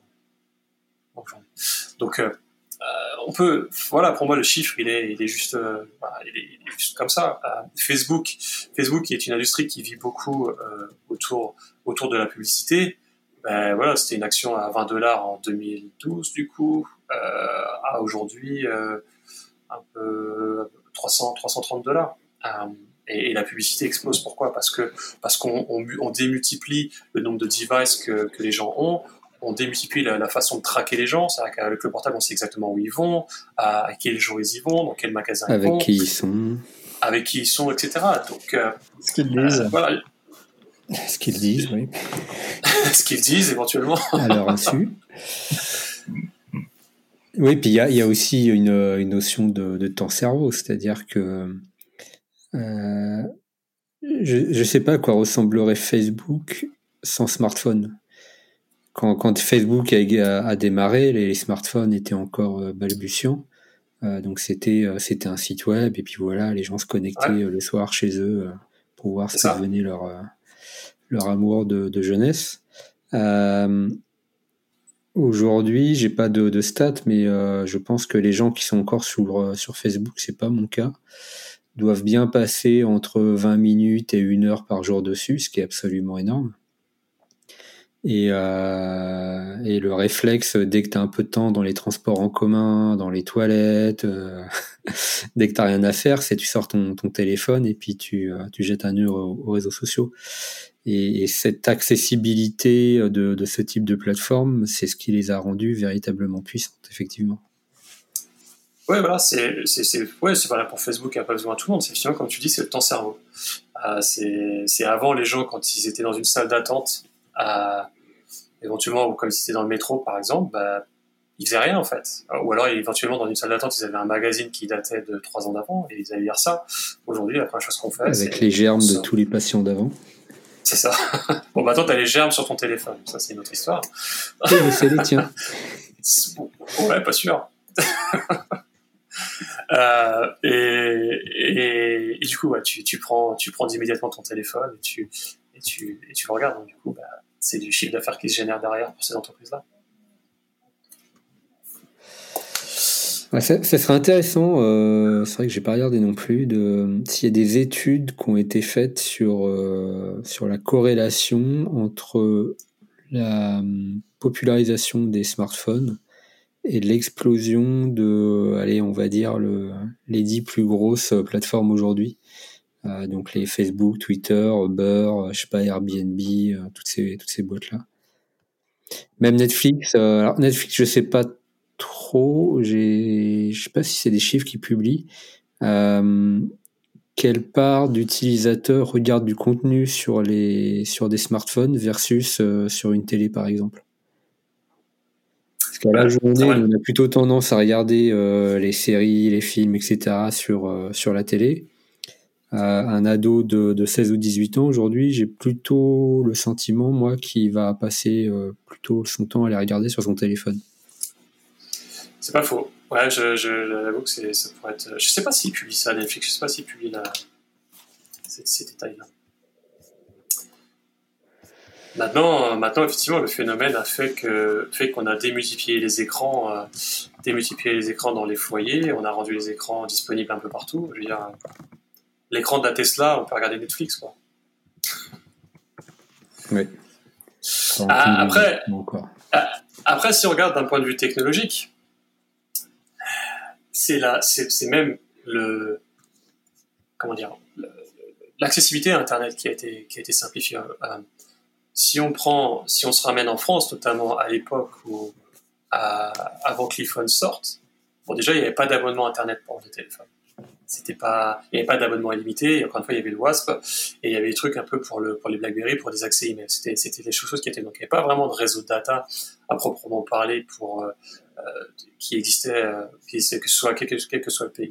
Speaker 2: Donc on peut, voilà, pour moi le chiffre il est juste comme ça. Facebook qui est une industrie qui vit beaucoup autour de la publicité. Voilà, c'était une action à $20 en 2012 du coup, à aujourd'hui un peu $330. Et la publicité explose. Pourquoi? Parce qu'on démultiplie le nombre de devices que les gens ont. on démultiplie la façon de traquer les gens. C'est-à-dire qu'avec le portable, on sait exactement où ils vont, à quel jour ils y vont, dans quel magasin ils vont.
Speaker 1: Avec qui ils sont.
Speaker 2: Avec qui ils sont, etc. Donc,
Speaker 3: ce qu'ils disent.
Speaker 2: Voilà.
Speaker 1: Ce qu'ils disent, oui.
Speaker 2: Ce qu'ils disent, éventuellement.
Speaker 1: À leur insu. Oui, puis il y a aussi une notion de temps cerveau, c'est-à-dire que je sais pas à quoi ressemblerait Facebook sans smartphone. Quand Facebook a démarré, les smartphones étaient encore balbutiants. Donc c'était un site web, et puis voilà, les gens se connectaient le soir chez eux pour voir ce que devenait leur amour de jeunesse. Aujourd'hui, j'ai pas de stats, mais je pense que les gens qui sont encore sur Facebook, c'est pas mon cas, doivent bien passer entre 20 minutes et 1 heure par jour dessus, ce qui est absolument énorme. Et le réflexe, dès que tu as un peu de temps dans les transports en commun, dans les toilettes, dès que tu n'as rien à faire, c'est tu sors ton téléphone et puis tu jettes un œil aux réseaux sociaux. Et cette accessibilité de ce type de plateforme, c'est ce qui les a rendues véritablement puissantes, effectivement.
Speaker 2: Ouais, voilà, c'est valable pour Facebook, il n'y a pas besoin de tout le monde. C'est effectivement, comme tu dis, c'est le temps cerveau. C'est avant, les gens, quand ils étaient dans une salle d'attente, éventuellement, ou comme si c'était dans le métro, par exemple, ils faisaient rien, en fait. Ou alors, éventuellement, dans une salle d'attente, ils avaient un magazine qui datait de 3 ans d'avant, et ils allaient lire ça. Aujourd'hui, la première chose qu'on fait,
Speaker 1: avec les germes de tous les patients d'avant.
Speaker 2: C'est ça. Bon, maintenant, t'as les germes sur ton téléphone. Ça, c'est une autre histoire.
Speaker 1: Oui, mais c'est les tiens.
Speaker 2: Ouais, pas sûr. Et du coup, tu prends immédiatement ton téléphone et tu le regardes. Donc, du coup, c'est du chiffre d'affaires qui se génère derrière pour ces entreprises-là.
Speaker 1: Ouais, ça serait intéressant, c'est vrai que j'ai pas regardé non plus, s'il y a des études qui ont été faites sur la corrélation entre la popularisation des smartphones et l'explosion on va dire les 10 plus grosses plateformes aujourd'hui. Donc les Facebook, Twitter, Uber, je sais pas, Airbnb, toutes ces boîtes-là. Même Netflix. Alors Netflix, je sais pas trop. Je sais pas si c'est des chiffres qu'ils publient. Quelle part d'utilisateurs regardent du contenu sur des smartphones versus sur une télé, par exemple? Parce qu'à la journée, on a plutôt tendance à regarder les séries, les films, etc. sur la télé. Un ado de 16 ou 18 ans, aujourd'hui, j'ai plutôt le sentiment, moi, qu'il va passer plutôt son temps à les regarder sur son téléphone.
Speaker 2: C'est pas faux. Ouais, j'avoue que ça pourrait être... Je sais pas s'il publie ça, Netflix. Je sais pas s'il publie ces détails-là. Maintenant, effectivement, le phénomène a fait qu'on a démultiplié les écrans dans les foyers. On a rendu les écrans disponibles un peu partout. Je veux dire, l'écran de la Tesla, on peut regarder Netflix, quoi.
Speaker 1: Oui.
Speaker 2: Après, si on regarde d'un point de vue technologique, c'est même l'accessibilité à Internet qui a été simplifiée. Si on se ramène en France, notamment à l'époque avant que l'iPhone sorte, bon, déjà, il n'y avait pas d'abonnement Internet pour le téléphone. Il n'y avait pas d'abonnement illimité. Et encore une fois, il y avait le WASP et il y avait des trucs un peu pour les BlackBerry, pour des accès email. C'était des choses qui étaient, donc il n'y avait pas vraiment de réseau de data à proprement parler qui existait, quel que soit le pays.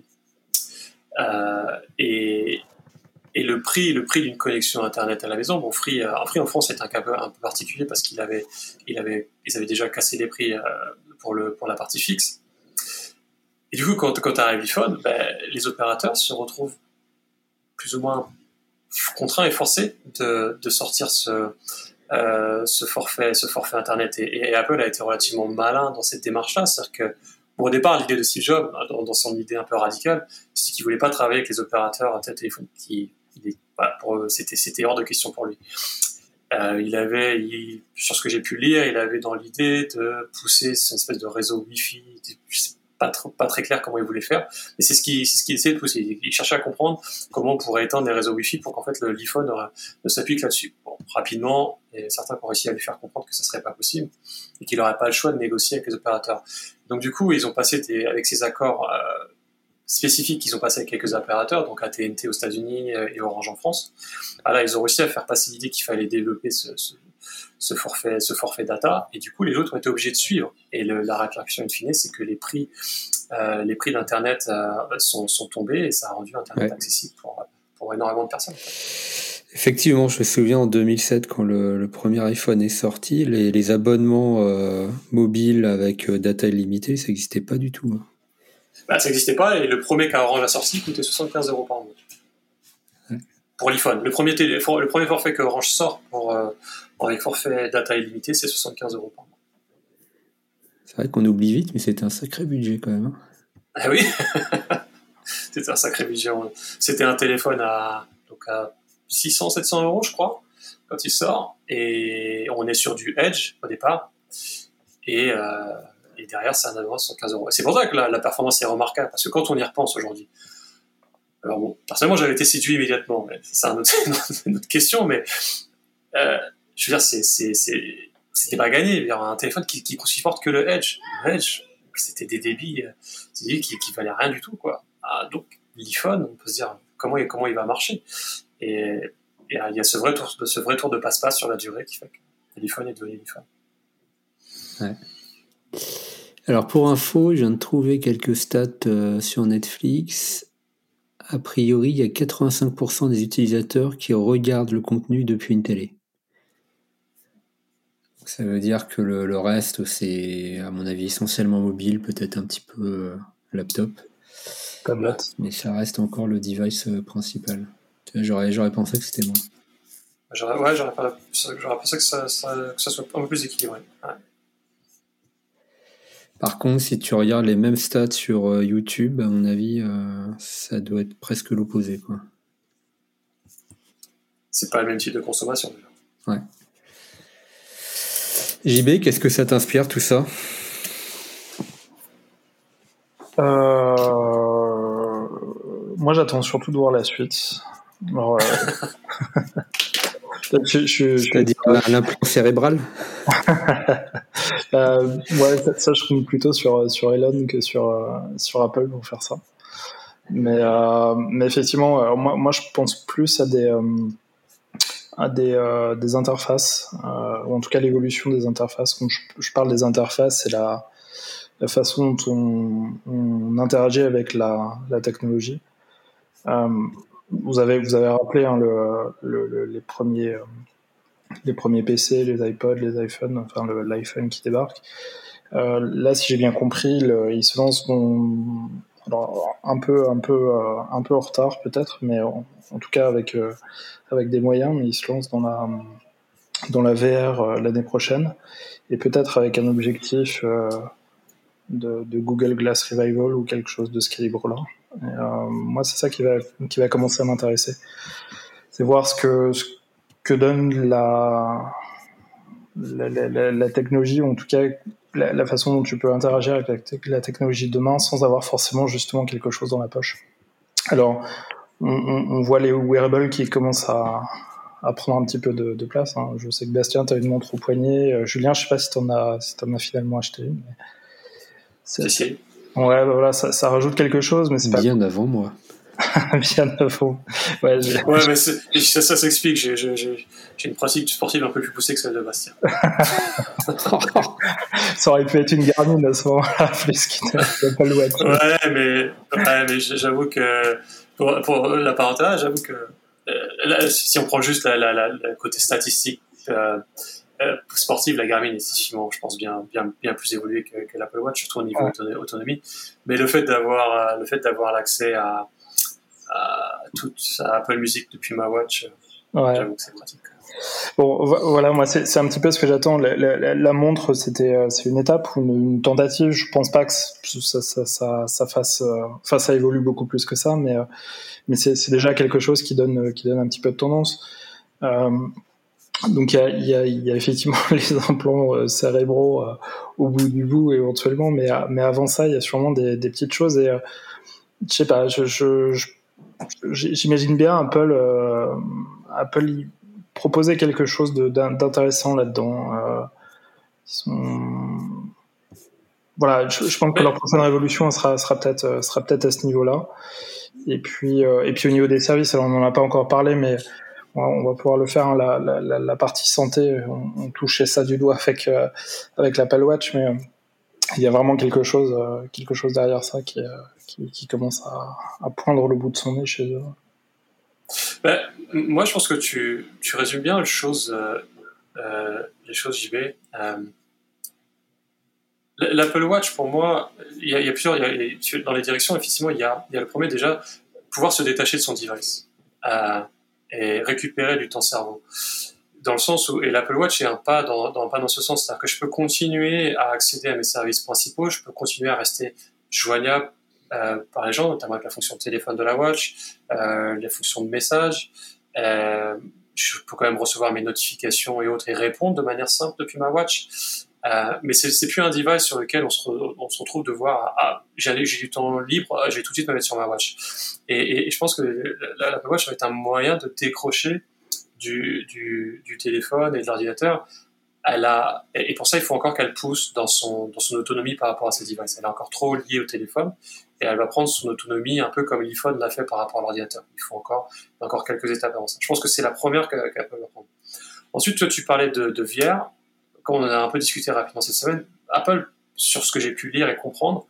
Speaker 2: Et le prix d'une connexion Internet à la maison, bon, Free en France est un cas un peu particulier parce ils avaient déjà cassé les prix pour la partie fixe. Et du coup, quand arrive l'iPhone, les opérateurs se retrouvent plus ou moins contraints et forcés de sortir ce forfait Internet. Et Apple a été relativement malin dans cette démarche-là, c'est-à-dire que au départ, l'idée de Steve Jobs, dans son idée un peu radicale, c'est qu'il voulait pas travailler avec les opérateurs téléphoniques. C'était hors de question pour lui. Sur ce que j'ai pu lire, il avait dans l'idée de pousser une espèce de réseau Wi-Fi, je sais pas très clair comment ils voulaient faire. Et c'est ce qu'ils essayaient de pousser. Ils cherchaient à comprendre comment on pourrait étendre les réseaux Wi-Fi pour qu'en fait l'iPhone ne s'appuie que là-dessus. Bon, rapidement, il y a certains qui ont réussi à lui faire comprendre que ça serait pas possible et qu'il n'aurait pas le choix de négocier avec les opérateurs. Donc du coup, ils ont passé avec ces accords spécifiques qu'ils ont passé avec quelques opérateurs, donc AT&T aux États-Unis et Orange en France. Là, ils ont réussi à faire passer l'idée qu'il fallait développer ce forfait data, et du coup les autres ont été obligés de suivre. Et la répercussion in fine, c'est que les prix d'internet sont tombés, et ça a rendu internet accessible pour énormément de personnes.
Speaker 1: Effectivement, je me souviens en 2007 quand le premier iPhone est sorti, les abonnements mobiles avec data illimitée, ça n'existait pas du tout.
Speaker 2: Ça n'existait pas, et le premier qu'Orange a sorti coûtait 75 € par mois. Pour l'iPhone. Le premier forfait que Orange sort avec forfait data illimité, c'est 75 € par mois.
Speaker 1: C'est vrai qu'on oublie vite, mais c'était un sacré budget quand même.
Speaker 2: Ah oui. C'était un sacré budget. C'était un téléphone à 600-700 € je crois, quand il sort. Et on est sur du Edge au départ. Et derrière, c'est un abonnement de 115 €. C'est pour ça que la performance est remarquable, parce que quand on y repense aujourd'hui, alors bon, personnellement, j'avais été séduit immédiatement, mais c'est une autre question, mais je veux dire, c'était pas gagné. Il y a un téléphone qui supporte que le Edge. Le Edge, c'était des débits qui valaient rien du tout, quoi. Donc, l'iPhone, on peut se dire comment il va marcher. Et il y a ce vrai tour de passe-passe sur la durée qui fait que l'iPhone est devenu l'iPhone.
Speaker 1: Ouais. Alors, pour info, je viens de trouver quelques stats sur Netflix. A priori, il y a 85% des utilisateurs qui regardent le contenu depuis une télé. Ça veut dire que le reste, c'est, à mon avis, essentiellement mobile, peut-être un petit peu laptop.
Speaker 3: Tablette.
Speaker 1: Mais ça reste encore le device principal. J'aurais pensé que c'était moi.
Speaker 2: J'aurais pensé que ça soit un peu plus équilibré. Ouais.
Speaker 1: Par contre, si tu regardes les mêmes stats sur YouTube, à mon avis, ça doit être presque l'opposé, quoi.
Speaker 2: C'est pas le même type de consommation, déjà.
Speaker 1: Ouais. JB, qu'est-ce que ça t'inspire, tout ça ?
Speaker 3: Moi, j'attends surtout de voir la suite. Alors,
Speaker 1: c'est-à-dire l'implant cérébral.
Speaker 3: Ouais, ça je compte plutôt sur Elon que sur Apple pour faire ça. Mais effectivement, moi je pense plus à des interfaces, ou en tout cas l'évolution des interfaces. Quand je parle des interfaces, c'est la façon dont on interagit avec la technologie. Vous avez rappelé les premiers PC, les iPods, les iPhones, enfin l'iPhone qui débarque. Là, si j'ai bien compris, il se lance alors un peu en retard peut-être, mais en tout cas avec des moyens, mais il se lance dans la VR l'année prochaine, et peut-être avec un objectif de Google Glass Revival ou quelque chose de ce calibre-là. Moi, c'est ça qui va commencer à m'intéresser. C'est voir ce que donne la technologie, ou en tout cas la façon dont tu peux interagir avec la technologie demain sans avoir forcément justement quelque chose dans la poche. Alors, on voit les wearables qui commencent à prendre un petit peu de place. Hein. Je sais que Bastien, tu as une montre au poignet. Julien, je sais pas si t'en as finalement acheté une.
Speaker 2: Si.
Speaker 3: Ouais, voilà, ça rajoute quelque chose, mais c'est pas
Speaker 1: bien avant moi.
Speaker 3: Bien avant. Ouais,
Speaker 2: mais ça s'explique. J'ai une pratique sportive un peu plus poussée que celle de Bastien.
Speaker 3: Ça aurait pu être une Garmin à ce moment-là, plus qu'il n'a pas le watch.
Speaker 2: Ouais, mais j'avoue que pour la parenthèse, j'avoue que là, si on prend juste le côté statistique sportive, la Garmin est effectivement, je pense, bien plus évoluée que l'Apple Watch, surtout au niveau autonomie. Mais le fait d'avoir l'accès à Apple Music depuis ma Watch, j'avoue que c'est pratique.
Speaker 3: Bon, voilà, moi c'est un petit peu ce que j'attends. La montre, c'est une étape ou une tentative. Je pense pas que ça fasse, enfin ça évolue beaucoup plus que ça, mais c'est déjà quelque chose qui donne un petit peu de tendance. Donc il y a effectivement les implants cérébraux au bout du bout éventuellement, mais avant ça, il y a sûrement des petites choses. Et je sais pas, j'imagine bien Apple y proposer quelque chose d'intéressant là-dedans. Voilà, je pense que leur prochaine révolution sera peut-être à ce niveau-là. Et puis au niveau des services, alors on n'en a pas encore parlé, mais on va pouvoir le faire. Hein, la partie santé, on touchait ça du doigt avec l'Apple Watch, mais il y a vraiment quelque chose derrière ça qui commence à poindre le bout de son nez chez eux.
Speaker 2: Moi, je pense que tu résumes bien les choses, JB. L'Apple Watch, pour moi, il y a plusieurs. Dans les directions, effectivement, il y a le premier déjà, pouvoir se détacher de son device et récupérer du temps cerveau. Dans le sens où, et l'Apple Watch est un pas dans ce sens, c'est-à-dire que je peux continuer à accéder à mes services principaux, je peux continuer à rester joignable par les gens, notamment avec la fonction de téléphone de la Watch, la fonction de message. Je peux quand même recevoir mes notifications et autres et répondre de manière simple depuis ma Watch. Mais c'est plus un device sur lequel on se retrouve de voir j'ai du temps libre, je vais tout de suite me mettre sur ma Watch. Et je pense que l'Apple Watch va être un moyen de décrocher du téléphone et de l'ordinateur. Et pour ça, il faut encore qu'elle pousse dans son autonomie par rapport à ses devices. Elle est encore trop liée au téléphone et elle va prendre son autonomie un peu comme l'iPhone l'a fait par rapport à l'ordinateur. Il faut encore quelques étapes avant ça. Je pense que c'est la première qu'Apple va prendre. Ensuite, toi, tu parlais de VR. Quand on en a un peu discuté rapidement cette semaine, Apple, sur ce que j'ai pu lire et comprendre,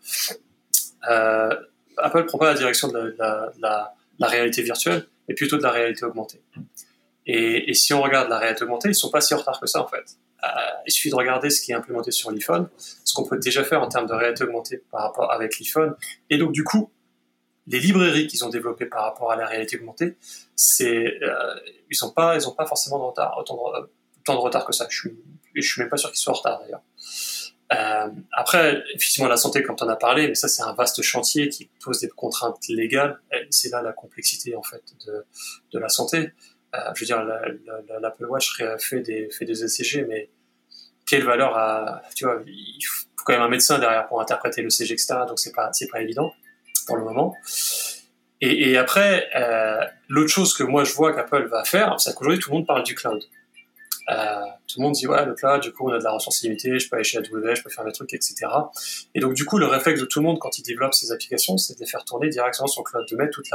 Speaker 2: Apple prend pas la direction de la réalité virtuelle, mais plutôt de la réalité augmentée. Et si on regarde la réalité augmentée, ils sont pas si en retard que ça en fait. Il suffit de regarder ce qui est implémenté sur l'iPhone, ce qu'on peut déjà faire en termes de réalité augmentée par rapport avec l'iPhone. Et donc du coup, les librairies qu'ils ont développées par rapport à la réalité augmentée, ils ont pas forcément de retard, autant de retard que ça. Je suis même pas sûr qu'ils soient en retard d'ailleurs. Après, effectivement, la santé, comme tu en as parlé, mais ça c'est un vaste chantier qui pose des contraintes légales. Et c'est là la complexité en fait de la santé. Je veux dire, l'Apple Watch fait des ECG, mais quelle valeur tu vois, il faut quand même un médecin derrière pour interpréter le CG, etc. Donc c'est pas évident pour le moment. Et après, l'autre chose que moi je vois qu'Apple va faire, c'est qu'aujourd'hui tout le monde parle du cloud. Tout le monde dit ouais, le cloud, du coup on a de la ressource limitée, je peux aller chez AWS, je peux faire des trucs, etc. Et donc du coup le réflexe de tout le monde quand il développe ses applications, c'est de les faire tourner directement sur le cloud, de mettre toute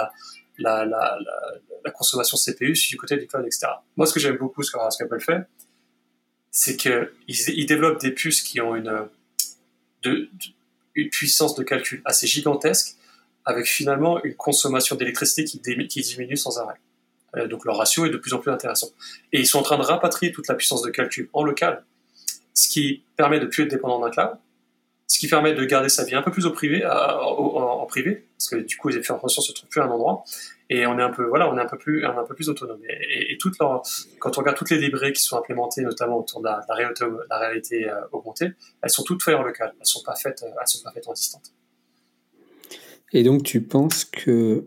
Speaker 2: la consommation CPU du côté du cloud, etc. Moi ce que j'aime beaucoup ce qu'Apple fait, c'est qu'ils développent des puces qui ont une puissance de calcul assez gigantesque, avec finalement une consommation d'électricité qui diminue sans arrêt. Donc leur ratio est de plus en plus intéressant. Et ils sont en train de rapatrier toute la puissance de calcul en local, ce qui permet de ne plus être dépendant d'un cloud, ce qui permet de garder sa vie un peu plus en privé, parce que du coup les informations se trouvent plus à un endroit, et on est un peu plus autonome. Et quand on regarde toutes les librairies qui sont implémentées, notamment autour de la réalité augmentée, elles sont toutes faites en local, elles sont pas faites en distante.
Speaker 1: Et donc tu penses que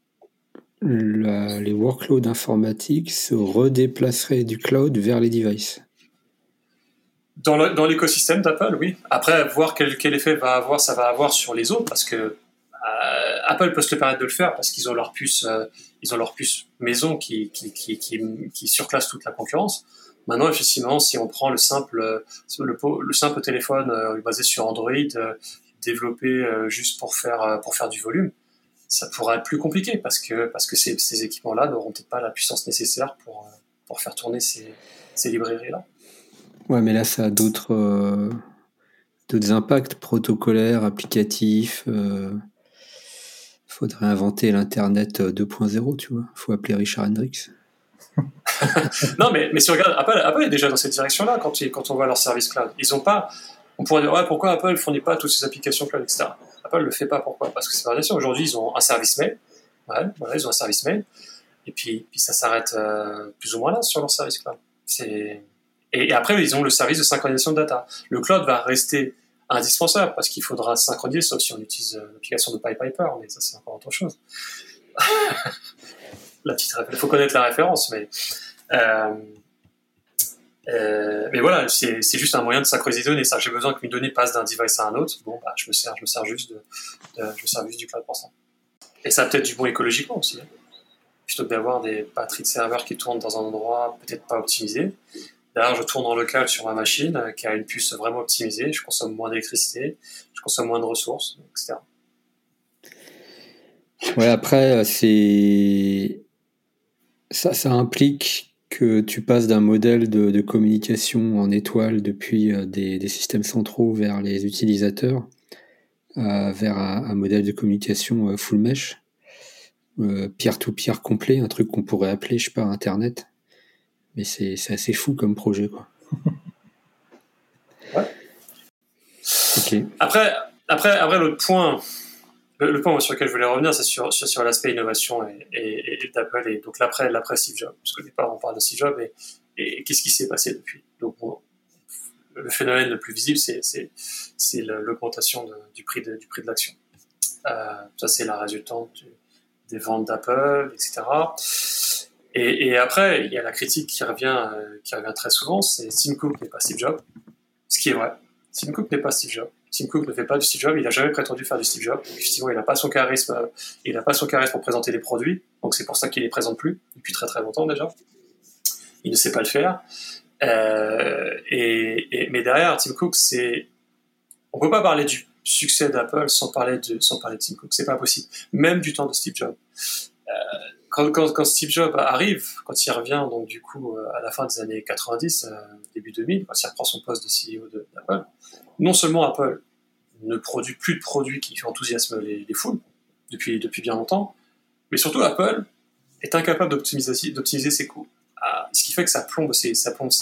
Speaker 1: les workloads informatiques se redéplaceraient du cloud vers les devices?
Speaker 2: Dans l'écosystème d'Apple, oui. Après, voir quel effet ça va avoir sur les autres, parce que Apple peut se le permettre de le faire parce qu'ils ont leur puce maison qui surclasse toute la concurrence. Maintenant, effectivement, si on prend le simple téléphone basé sur Android, développé juste pour faire du volume, ça pourra être plus compliqué parce que ces équipements-là n'auront peut-être pas la puissance nécessaire pour faire tourner ces librairies-là.
Speaker 1: Ouais, mais là, ça a d'autres impacts protocolaires, applicatifs. Faudrait inventer l'Internet 2.0, tu vois. Faut appeler Richard Hendricks.
Speaker 2: Non, mais si on regarde, Apple est déjà dans cette direction-là quand on voit leur service cloud. Ils ont pas. On pourrait dire, ouais, pourquoi Apple ne fournit pas toutes ces applications cloud, etc. Apple ne le fait pas, pourquoi? Parce que c'est pas bien sûr. Aujourd'hui, ils ont un service mail. Ouais, voilà, ils ont un service mail. Et puis ça s'arrête plus ou moins là sur leur service cloud. Et après, ils ont le service de synchronisation de data. Le cloud va rester indispensable parce qu'il faudra synchroniser, sauf si on utilise l'application de PyPiper, mais ça, c'est encore autre chose. Il faut connaître la référence, mais Mais voilà, c'est juste un moyen de synchroniser les données. Ça, j'ai besoin qu'une donnée passe d'un device à un autre. Bon, bah, je me sers juste du cloud pour ça. Et ça a peut-être du bon écologiquement aussi. Hein. Plutôt que d'avoir des batteries de serveurs qui tournent dans un endroit peut-être pas optimisé. D'ailleurs, je tourne en local sur ma machine qui a une puce vraiment optimisée. Je consomme moins d'électricité, je consomme moins de ressources, etc.
Speaker 1: Ouais, après, ça implique que tu passes d'un modèle de communication en étoile depuis des systèmes centraux vers les utilisateurs vers un modèle de communication full mesh, peer-to-peer complet, un truc qu'on pourrait appeler, je sais pas, Internet. Mais c'est assez fou comme projet, quoi.
Speaker 2: Ouais.
Speaker 1: Ok.
Speaker 2: Après l'autre point, le point sur lequel je voulais revenir, c'est sur l'aspect innovation et d'Apple et donc l'après Steve Jobs. Parce qu'au départ, on parle de Steve Jobs et qu'est-ce qui s'est passé depuis. Donc, le phénomène le plus visible, c'est l'augmentation du prix de l'action. Ça, c'est la résultante des ventes d'Apple, etc. Et après, il y a la critique qui revient très souvent, c'est Tim Cook n'est pas Steve Jobs. Ce qui est vrai. Tim Cook n'est pas Steve Jobs. Tim Cook ne fait pas du Steve Jobs, il n'a jamais prétendu faire du Steve Jobs. Effectivement, il n'a pas son charisme pour présenter les produits, donc c'est pour ça qu'il les présente plus, depuis très très longtemps déjà. Il ne sait pas le faire. Mais derrière, Tim Cook, on peut pas parler du succès d'Apple sans parler de Tim Cook, c'est pas possible. Même du temps de Steve Jobs. Quand Steve Jobs arrive, quand il revient, donc du coup, à la fin des années 90, début 2000, quand il reprend son poste de CEO d'Apple, non seulement Apple ne produit plus de produits qui enthousiasment les foules depuis bien longtemps, mais surtout Apple est incapable d'optimiser ses coûts. Ce qui fait que ça plombe ses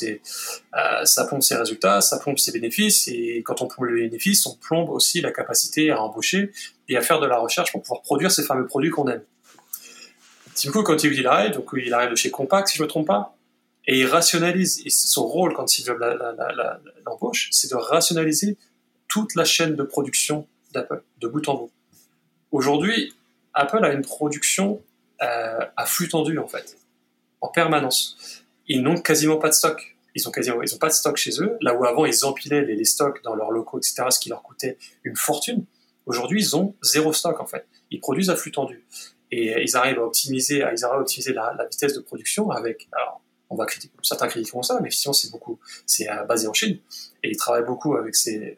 Speaker 2: résultats, ça plombe ses bénéfices, et quand on plombe les bénéfices, on plombe aussi la capacité à embaucher et à faire de la recherche pour pouvoir produire ces fameux produits qu'on aime. Tim Cook, quand il arrive de chez Compaq, si je ne me trompe pas, et il rationalise, et son rôle quand Steve Jobs l'embauche, c'est de rationaliser toute la chaîne de production d'Apple, de bout en bout. Aujourd'hui, Apple a une production à flux tendu, en fait, en permanence. Ils n'ont quasiment pas de stock. Ils ont pas de stock chez eux, là où avant ils empilaient les stocks dans leurs locaux, etc., ce qui leur coûtait une fortune. Aujourd'hui, ils ont zéro stock, en fait. Ils produisent à flux tendu. Et ils arrivent à optimiser la vitesse de production avec, alors, certains critiqueront ça, mais effectivement, c'est basé en Chine. Et ils travaillent beaucoup avec ces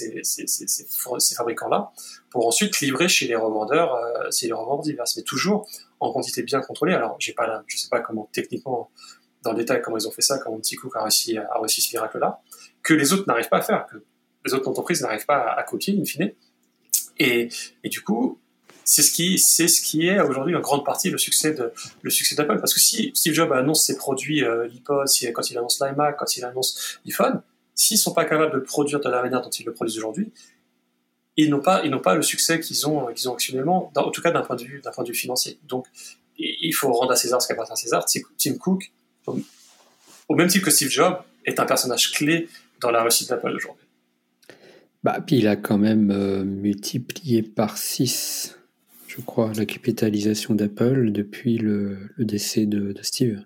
Speaker 2: fabricants-là pour ensuite livrer chez les revendeurs divers, mais toujours en quantité bien contrôlée. Alors, je sais pas comment, techniquement, dans le détail, comment ils ont fait ça, comment Tim Cook a réussi ce miracle-là, que les autres n'arrivent pas à faire, que les autres entreprises n'arrivent pas à copier, in fine. Et du coup, c'est ce qui est aujourd'hui en grande partie le succès d'Apple. Parce que si Steve Jobs annonce ses produits l'iPod, quand il annonce l'iMac, quand il annonce l'iPhone, s'ils sont pas capables de le produire de la manière dont ils le produisent aujourd'hui, ils n'ont pas le succès qu'ils ont actuellement, en tout cas d'un point de vue financier. Donc, il faut rendre à César ce qui appartient à César. Tim Cook, au même titre que Steve Jobs, est un personnage clé dans la réussite d'Apple aujourd'hui.
Speaker 1: Puis il a quand même multiplié par 6, je crois, la capitalisation d'Apple depuis le décès de Steve.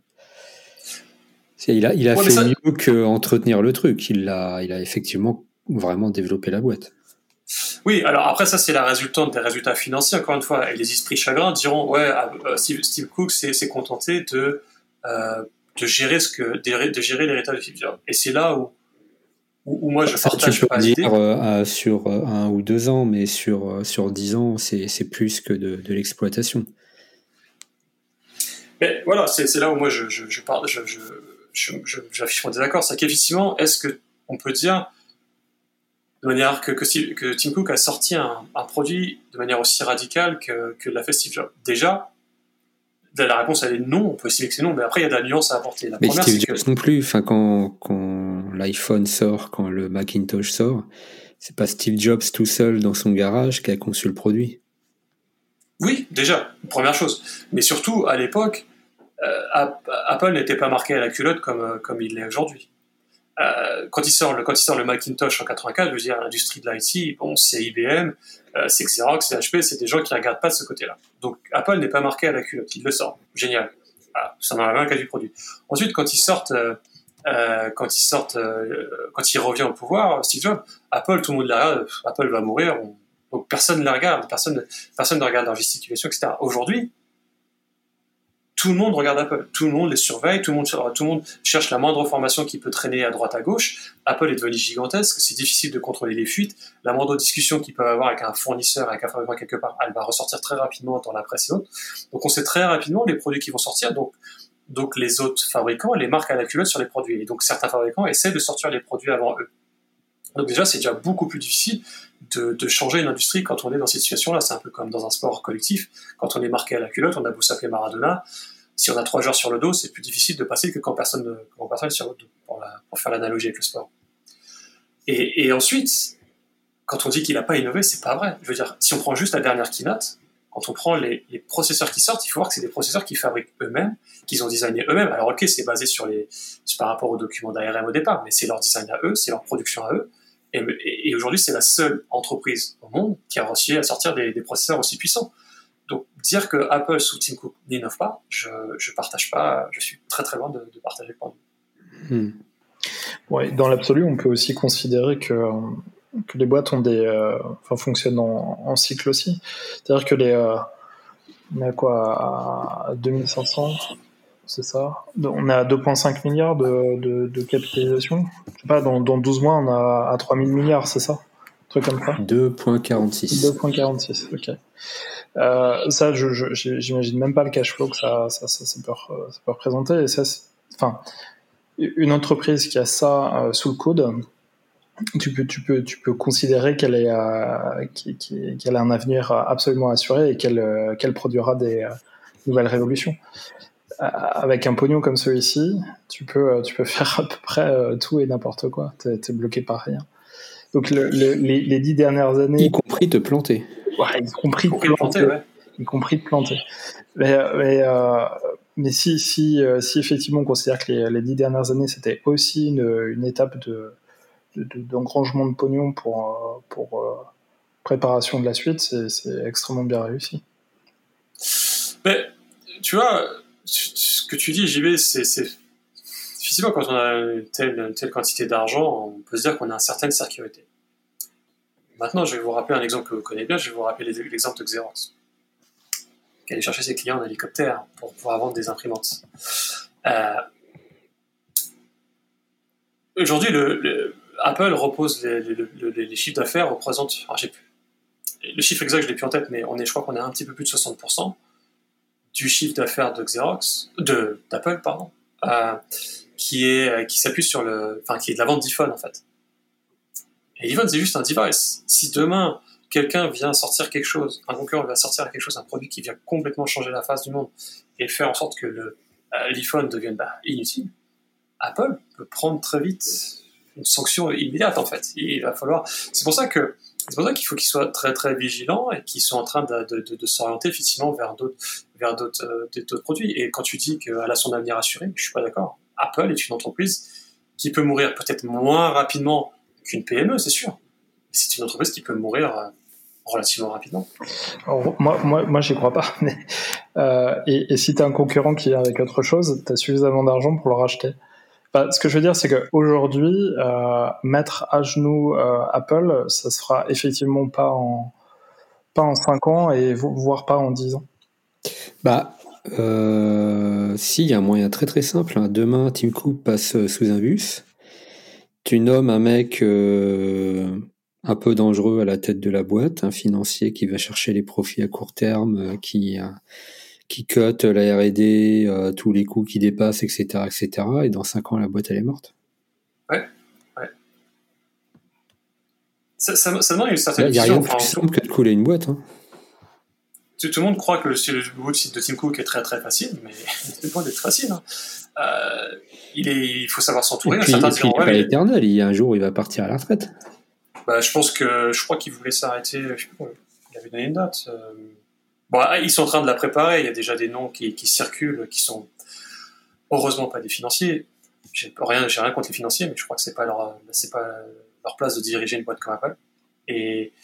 Speaker 1: Il a fait mieux qu'entretenir le truc. Il a effectivement vraiment développé la boîte.
Speaker 2: Oui, alors après ça c'est la résultante des résultats financiers, encore une fois, et les esprits chagrins diront Steve Cook s'est contenté de gérer l'héritage de Steve Jobs. Et c'est là où moi je partage pas l'idée.
Speaker 1: Sur 1 ou 2 ans, mais sur 10 ans, c'est plus que de l'exploitation.
Speaker 2: Mais voilà, c'est là où moi j'affiche mon désaccord, c'est qu'effectivement, est-ce que on peut dire de manière que Tim Cook a sorti un produit de manière aussi radicale que l'a fait Steve Jobs. Déjà, la réponse elle est non, on peut estimer que c'est non, mais après il y a de la nuance à apporter.
Speaker 1: Mais Steve Jobs non plus, quand l'iPhone sort, quand le Macintosh sort, c'est pas Steve Jobs tout seul dans son garage qui a conçu le produit.
Speaker 2: Oui, déjà, première chose. Mais surtout, à l'époque, Apple n'était pas marqué à la culotte comme il l'est aujourd'hui. Quand il sort le Macintosh en 84, je veux dire, l'industrie de l'IT, bon, c'est IBM, c'est Xerox, c'est HP, c'est des gens qui regardent pas de ce côté-là. Donc Apple n'est pas marqué à la culotte, il le sort, génial. Ça n'enlève rien qu'à du produit. Ensuite, quand ils sortent quand il revient au pouvoir, Steve Jobs, Apple, tout le monde les regarde, Apple va mourir, donc personne ne les regarde, personne ne regarde leur gesticulation, etc. Aujourd'hui, tout le monde regarde Apple, tout le monde les surveille, tout le monde cherche la moindre information qui peut traîner à droite à gauche. Apple est devenu gigantesque, c'est difficile de contrôler les fuites. La moindre discussion qu'ils peuvent avoir avec un fournisseur, avec un fabricant quelque part, elle va ressortir très rapidement dans la presse et autres. Donc on sait très rapidement les produits qui vont sortir, donc les autres fabricants les marquent à la culotte sur les produits. Et donc certains fabricants essaient de sortir les produits avant eux. Donc déjà, c'est déjà beaucoup plus difficile de changer une industrie quand on est dans cette situation-là. C'est un peu comme dans un sport collectif. Quand on est marqué à la culotte, on a beau s'appeler Maradona. Si on a 3 joueurs sur le dos, c'est plus difficile de passer que quand personne est sur le dos, pour faire l'analogie avec le sport. Et ensuite, quand on dit qu'il n'a pas innové, c'est pas vrai. Je veux dire, si on prend juste la dernière keynote, quand on prend les processeurs qui sortent, il faut voir que c'est des processeurs qu'ils fabriquent eux-mêmes, qu'ils ont designé eux-mêmes. Alors ok, c'est basé par rapport aux documents d'ARM au départ, mais c'est leur design à eux, c'est leur production à eux. Et aujourd'hui, c'est la seule entreprise au monde qui a réussi à sortir des processeurs aussi puissants. Donc dire que Apple sous Tim Cook n'innove pas, je partage pas, je suis très très loin de partager le point de vue.
Speaker 3: Ouais, dans l'absolu, on peut aussi considérer que les boîtes ont fonctionnent en cycle aussi. C'est-à-dire que on est à quoi, à 2500, c'est ça. On est à 2,5 milliards de capitalisation. Je sais pas, dans 12 mois, on a à 3000 milliards, c'est ça? Un truc comme ça.
Speaker 1: 2,46.
Speaker 3: 2,46, ok. Ça, j'imagine même pas le cash flow que ça peut représenter. Et ça, enfin, une entreprise qui a ça sous le coude, tu peux considérer qu'elle a un avenir absolument assuré et qu'elle produira des nouvelles révolutions. Avec un pognon comme celui-ci, tu peux faire à peu près tout et n'importe quoi. T'es bloqué par rien. Donc les 10 dernières années,
Speaker 1: y compris te planter.
Speaker 3: Ouais, y compris de planter. Mais si effectivement on considère que les 10 dernières années c'était aussi une étape d'engrangement de pognon pour préparation de la suite, c'est extrêmement bien réussi.
Speaker 2: Mais tu vois, ce que tu dis, JB, c'est effectivement quand on a une telle quantité d'argent, on peut se dire qu'on a une certaine sécurité. Maintenant, je vais vous rappeler un exemple que vous connaissez bien, je vais vous rappeler l'exemple de Xerox, qui allait chercher ses clients en hélicoptère pour pouvoir vendre des imprimantes. Aujourd'hui, Apple repose les chiffres d'affaires représentent, alors j'ai plus, le chiffre exact je l'ai plus en tête, mais je crois qu'on est un petit peu plus de 60% du chiffre d'affaires de Xerox, d'Apple, pardon, qui s'appuie sur qui est de la vente d'iPhone en fait. Et l'iPhone c'est juste un device. Si demain quelqu'un vient sortir quelque chose, un concurrent va sortir quelque chose, un produit qui vient complètement changer la face du monde et faire en sorte que l'iPhone devienne inutile, Apple peut prendre très vite une sanction immédiate en fait. Il va falloir. C'est pour ça qu'il faut qu'ils soient très très vigilants et qu'ils soient en train de s'orienter effectivement vers d'autres produits. Et quand tu dis qu'elle a son avenir assuré, je suis pas d'accord. Apple est une entreprise qui peut mourir peut-être moins rapidement qu'une PME, c'est sûr. C'est une entreprise qui peut mourir relativement rapidement.
Speaker 3: Alors, moi j'y crois pas. Mais, et si t'as un concurrent qui vient avec autre chose, t'as suffisamment d'argent pour le racheter. Ce que je veux dire, c'est qu'aujourd'hui, mettre à genoux Apple, ça se fera effectivement pas en 5 ans et voire pas en 10 ans.
Speaker 1: Si, il y a un moyen très très simple. Hein. Demain, Tim Cook passe sous un bus. Tu nommes un mec un peu dangereux à la tête de la boîte, un financier qui va chercher les profits à court terme, qui cote la R&D, tous les coûts qui dépassent, etc., etc. Et dans 5 ans, la boîte, elle est morte.
Speaker 2: Ouais. Ça demande une certaine
Speaker 1: vision. Il n'y a rien de plus simple que de couler une boîte. Hein.
Speaker 2: Tout le monde croit que le site de Tim Cook est très très facile, mais c'est loin d'être facile. Hein. Il faut savoir s'entourer.
Speaker 1: Et puis il n'est pas éternel. Il y a un jour où il va partir à la retraite.
Speaker 2: Je crois qu'il voulait s'arrêter. Je sais pas, il avait donné une date. Ils sont en train de la préparer. Il y a déjà des noms qui circulent, qui sont heureusement pas des financiers. J'ai rien contre les financiers, mais je crois que c'est pas leur place de diriger une boîte comme Apple. Et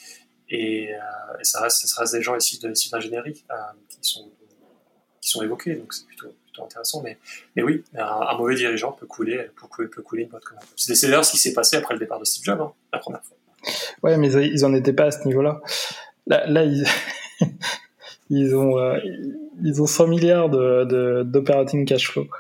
Speaker 2: ça reste des gens ici d'ingénierie qui sont évoqués, donc c'est plutôt plutôt intéressant. Mais oui, un mauvais dirigeant peut couler une boîte comme Apple. C'est d'ailleurs ce qui s'est passé après le départ de Steve Jobs, hein, la première fois.
Speaker 3: Ouais, mais ils en étaient pas à ce niveau-là. Là ils ont 100 milliards d'operating cash flow.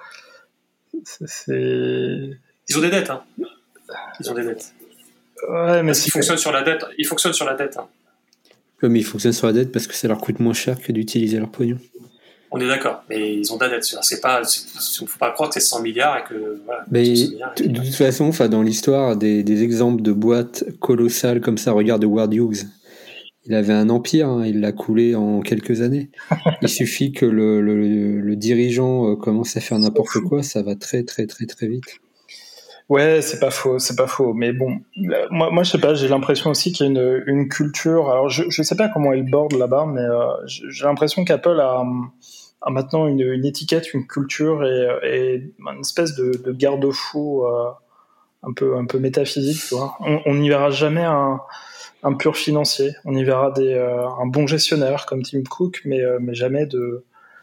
Speaker 2: Ils ont des dettes, hein. Ils ont des dettes.
Speaker 3: Ouais, mais
Speaker 2: ils fonctionnent sur la dette. Ils fonctionnent sur la dette. Hein.
Speaker 1: Oui, mais ils fonctionnent sur la dette parce que ça leur coûte moins cher que d'utiliser leur pognon.
Speaker 2: On est d'accord, mais ils ont de la dette. Il ne faut pas croire que c'est 100 milliards et que. Voilà,
Speaker 1: mais de toute façon, dans l'histoire, des exemples de boîtes colossales comme ça, regarde Howard Hughes. Il avait un empire, hein, il l'a coulé en quelques années. Il suffit que le dirigeant commence à faire n'importe quoi, ça va très très très très vite.
Speaker 3: Ouais, c'est pas faux. Mais bon, moi je sais pas, j'ai l'impression aussi qu'il y a une culture. Alors je sais pas comment ils bordent là-bas, mais j'ai l'impression qu'Apple a maintenant une étiquette, une culture et une espèce de garde-fou un peu métaphysique, tu vois. On n'y verra jamais un pur financier. On y verra un bon gestionnaire comme Tim Cook, mais jamais de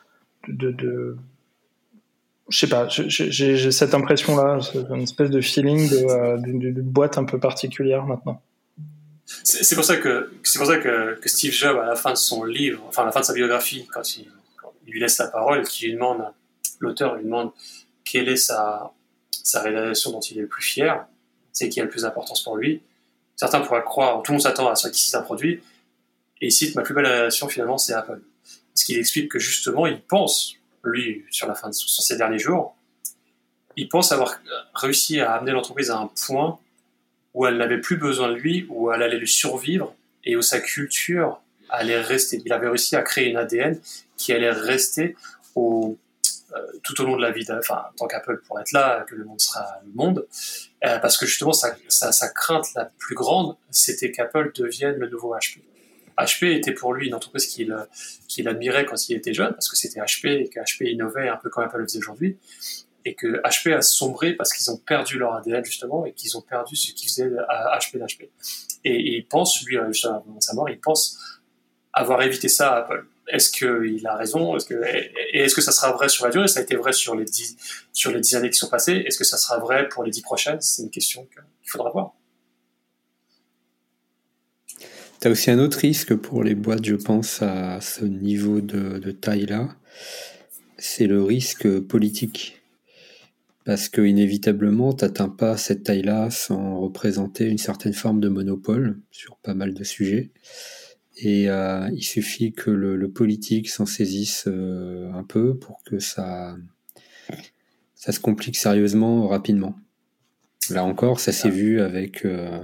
Speaker 3: je sais pas, j'ai cette impression-là, une espèce de feeling d'une boîte un peu particulière maintenant.
Speaker 2: C'est pour ça que Steve Jobs, à la fin de son livre, enfin à la fin de sa biographie, quand il lui laisse la parole, l'auteur lui demande quelle est sa réalisation dont il est le plus fier, c'est qui a le plus d'importance pour lui. Certains pourraient croire, tout le monde s'attend à ce qui cite un produit, et il cite ma plus belle réalisation finalement, c'est Apple. Parce qu'il explique que justement, il pense, lui, sur ses derniers jours, il pense avoir réussi à amener l'entreprise à un point où elle n'avait plus besoin de lui, où elle allait lui survivre et où sa culture allait rester. Il avait réussi à créer une ADN qui allait rester tout au long de la vie, en tant qu'Apple, pour être là, que le monde sera le monde, parce que justement, sa crainte la plus grande, c'était qu'Apple devienne le nouveau HP. HP était pour lui une entreprise qu'il admirait quand il était jeune, parce que c'était HP et que HP innovait un peu comme Apple le faisait aujourd'hui, et que HP a sombré parce qu'ils ont perdu leur ADN justement et qu'ils ont perdu ce qui faisait HP d'HP. Et il pense, lui, juste avant sa mort, il pense avoir évité ça à Apple. Est-ce qu'il a raison? Est-ce que ça sera vrai sur la durée? Ça a été vrai sur les 10 années qui sont passées. Est-ce que ça sera vrai pour les 10 prochaines? C'est une question qu'il faudra voir.
Speaker 1: Tu as aussi un autre risque pour les boîtes, je pense, à ce niveau de taille-là, c'est le risque politique. Parce que inévitablement, tu n'atteins pas cette taille-là sans représenter une certaine forme de monopole sur pas mal de sujets. Et il suffit que le politique s'en saisisse un peu pour que ça se complique sérieusement rapidement. Là encore, ça s'est vu avec...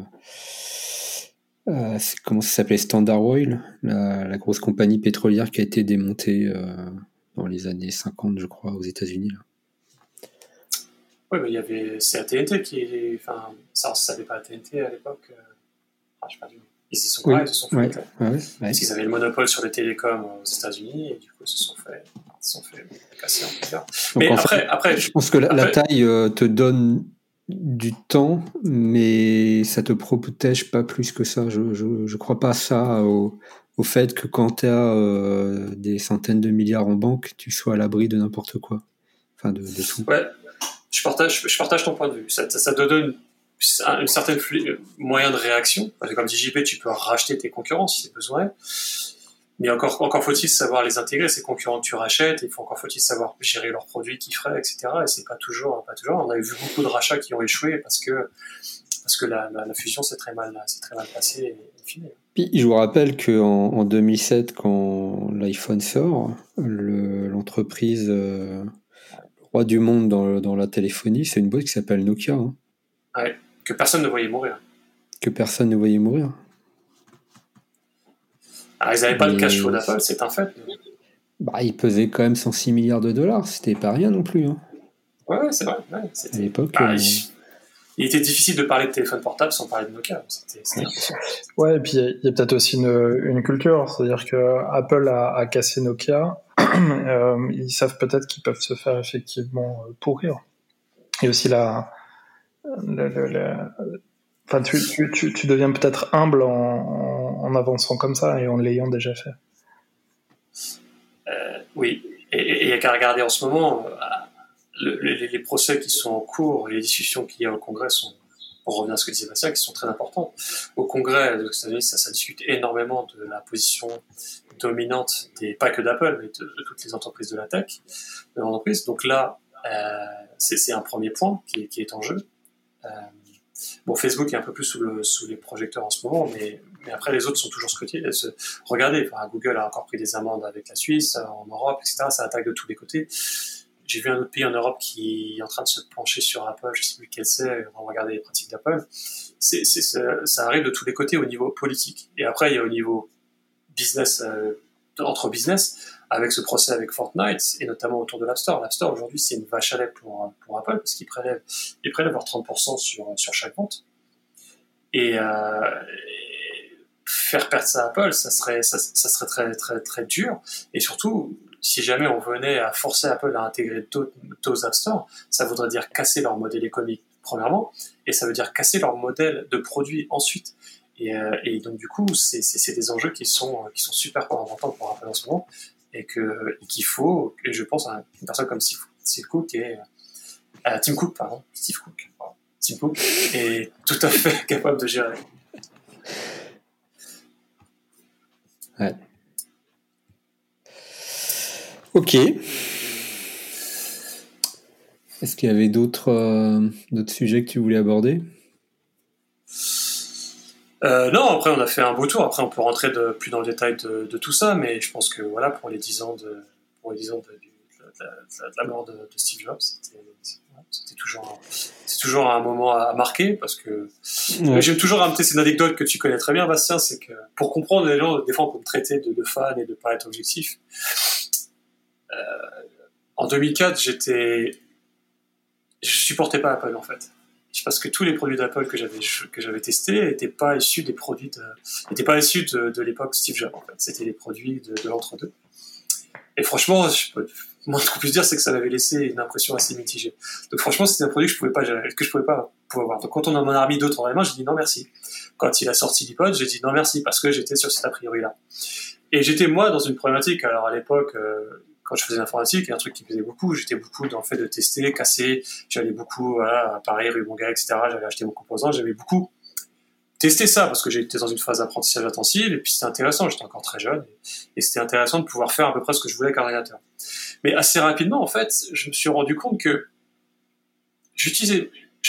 Speaker 1: comment ça s'appelait, Standard Oil, la grosse compagnie pétrolière qui a été démontée dans les années 50, je crois, aux États-Unis. Là.
Speaker 2: Oui, mais c'est AT&T qui... Enfin, ça n'avait pas AT&T à l'époque. Je sais pas du tout. Ils y sont pas, ils se sont fait. Parce qu'ils avaient le monopole sur les télécoms aux États-Unis et du coup, ils se sont fait casser en plusieurs. Mais après,
Speaker 1: je pense que la taille te donne du temps, mais ça te protège pas plus que ça. Je crois pas ça au fait que quand tu as des centaines de milliards en banque, tu sois à l'abri de n'importe quoi. Enfin, de tout.
Speaker 2: Ouais, je partage ton point de vue. Ça te donne une certaine moyen de réaction. Parce que comme dit JP, tu peux racheter tes concurrents si c'est besoin. Mais encore faut-il savoir les intégrer, ces concurrents que tu rachètes, encore faut-il savoir gérer leurs produits qu'ils feraient, etc. Et c'est pas toujours. On a vu beaucoup de rachats qui ont échoué parce que la fusion s'est très mal passée et fini.
Speaker 1: Puis je vous rappelle qu'en 2007, quand l'iPhone sort, l'entreprise roi du monde dans la téléphonie, c'est une boîte qui s'appelle Nokia. Hein.
Speaker 2: Ouais, que personne ne voyait mourir. Alors, ils n'avaient pas le cash flow d'Apple, c'est un fait.
Speaker 1: Il pesait quand même 106 milliards de dollars, c'était pas rien non plus. Hein.
Speaker 2: Ouais, c'est vrai. Ouais,
Speaker 1: à l'époque.
Speaker 2: Il était difficile de parler de téléphone portable sans parler de Nokia.
Speaker 3: Ouais, et puis il y a peut-être aussi une culture, c'est-à-dire que Apple a cassé Nokia, ils savent peut-être qu'ils peuvent se faire effectivement pourrir. Et aussi enfin, tu deviens peut-être humble en avançant comme ça et en l'ayant déjà fait.
Speaker 2: Oui, il y a qu'à regarder en ce moment les procès qui sont en cours et les discussions qu'il y a au Congrès sont, pour revenir à ce que disait Bastien, qui sont très importantes. Au Congrès des États-Unis, ça discute énormément de la position dominante pas que d'Apple, mais de toutes les entreprises de la tech, de l'entreprise. Donc là, c'est un premier point qui est en jeu. Bon, Facebook est un peu plus sous les projecteurs en ce moment, mais après les autres sont toujours scrutés. Regardez, Google a encore pris des amendes avec la Suisse, en Europe, etc. Ça attaque de tous les côtés. J'ai vu un autre pays en Europe qui est en train de se pencher sur Apple, je sais plus lequel c'est, on va regarder les pratiques d'Apple. Ça arrive de tous les côtés au niveau politique. Et après, il y a au niveau business, entre business, avec ce procès avec Fortnite, et notamment autour de l'App Store. L'App Store, aujourd'hui, c'est une vache à lait pour Apple, parce qu'ils prélèvent leurs 30% sur chaque vente. Et faire perdre ça à Apple, ça serait très, très, très dur. Et surtout, si jamais on venait à forcer Apple à intégrer d'autres App Store, ça voudrait dire casser leur modèle économique, premièrement, et ça veut dire casser leur modèle de produit ensuite. Et donc, du coup, c'est des enjeux qui sont super importants pour Apple en ce moment, et qu'il faut, et je pense à une personne comme Steve Cook Tim Cook est tout à fait capable de gérer.
Speaker 1: Ouais. Ok. Est-ce qu'il y avait d'autres sujets que tu voulais aborder ?
Speaker 2: Non, après on a fait un beau tour. Après on peut rentrer plus dans le détail de tout ça, mais je pense que voilà, pour les 10 ans de la mort de Steve Jobs, c'était toujours un moment à marquer, parce que j'aime toujours ramener cette anecdote que tu connais très bien, Bastien, c'est que pour comprendre les gens, des fois on peut me traiter de fan et de pas être objectif. En 2004, je supportais pas Apple en fait. Parce que tous les produits d'Apple que j'avais testés n'étaient pas issus de l'époque Steve Jobs en fait. C'était les produits de l'entre-deux. Et franchement, moi ce qu'on peut dire, c'est que ça m'avait laissé une impression assez mitigée. Donc franchement, c'était un produit que je pouvais pas pouvoir voir. Donc quand on m'en a remis d'autres dans les mains, j'ai dit non merci. Quand il a sorti l'iPod, j'ai dit non merci, parce que j'étais sur cet a priori là. Et j'étais moi dans une problématique. Alors à l'époque, quand je faisais l'informatique, il y a un truc qui me plaisait beaucoup. J'étais beaucoup dans le fait de tester, casser. J'allais beaucoup à Paris, rue Montgay, etc. J'allais acheter mon composant. J'aimais beaucoup tester ça parce que j'étais dans une phase d'apprentissage intensive et puis c'était intéressant. J'étais encore très jeune et c'était intéressant de pouvoir faire à peu près ce que je voulais avec un ordinateur. Mais assez rapidement, en fait, je me suis rendu compte que je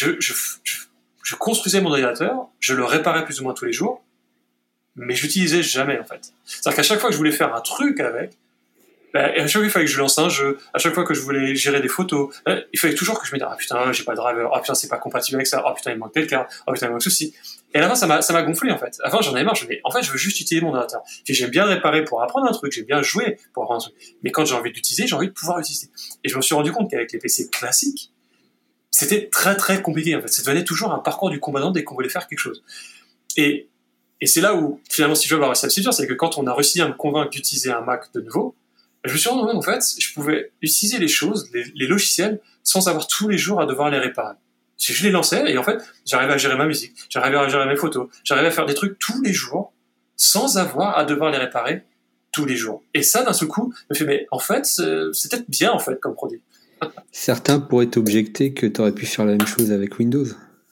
Speaker 2: construisais mon ordinateur, je le réparais plus ou moins tous les jours, mais je l'utilisais jamais en fait. C'est-à-dire qu'à chaque fois que je voulais faire un truc avec, à chaque fois il fallait que je lance un jeu, à chaque fois que je voulais gérer des photos, il fallait toujours que je me dise ah putain j'ai pas de driver, ah putain c'est pas compatible avec ça, ah putain il me manque tel cas, ah putain il me manque ceci. Et à la fin ça m'a gonflé en fait. Avant j'en avais marre, en fait je veux juste utiliser mon ordinateur. Puis j'aime bien réparer pour apprendre un truc, j'aime bien jouer pour apprendre un truc. Mais quand j'ai envie d'utiliser, j'ai envie de pouvoir l'utiliser. Et je me suis rendu compte qu'avec les PC classiques, c'était très très compliqué en fait. Ça devenait toujours un parcours du combattant dès qu'on voulait faire quelque chose. Et c'est là où finalement si je veux avoir réussi à me séduire, c'est que quand on a réussi à me convaincre d'utiliser un Mac de nouveau, je me suis rendu compte en fait, je pouvais utiliser les choses, les logiciels, sans avoir tous les jours à devoir les réparer. Je les lançais et en fait, j'arrivais à gérer ma musique, j'arrivais à gérer mes photos, j'arrivais à faire des trucs tous les jours, sans avoir à devoir les réparer tous les jours. Et ça, d'un seul coup, me fait, mais en fait, c'est peut-être bien en fait comme produit.
Speaker 1: Certains pourraient t'objecter que tu aurais pu faire la même chose avec Windows.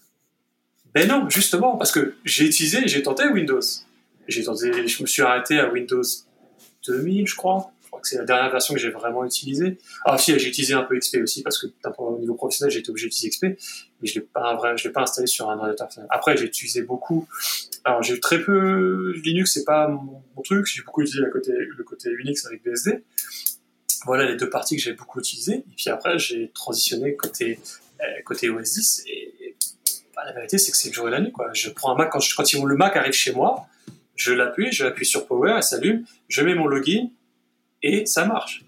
Speaker 2: Ben non, justement, parce que j'ai tenté Windows. Je me suis arrêté à Windows 2000, je crois. Je crois que c'est la dernière version que j'ai vraiment utilisée. Ah si, j'ai utilisé un peu XP aussi, parce que au niveau professionnel, j'ai été obligé d'utiliser XP, mais je l'ai pas installé sur un ordinateur personnel. Après, j'ai utilisé beaucoup. Alors, j'ai eu très peu Linux, c'est pas mon truc. J'ai beaucoup utilisé le côté Unix avec BSD. Voilà les deux parties que j'ai beaucoup utilisées. Et puis après, j'ai transitionné côté OS 10. Et la vérité, c'est que c'est le jour et la nuit, quoi. Je prends un Mac quand le Mac arrive chez moi, je l'appuie sur Power, elle s'allume, je mets mon login et ça marche.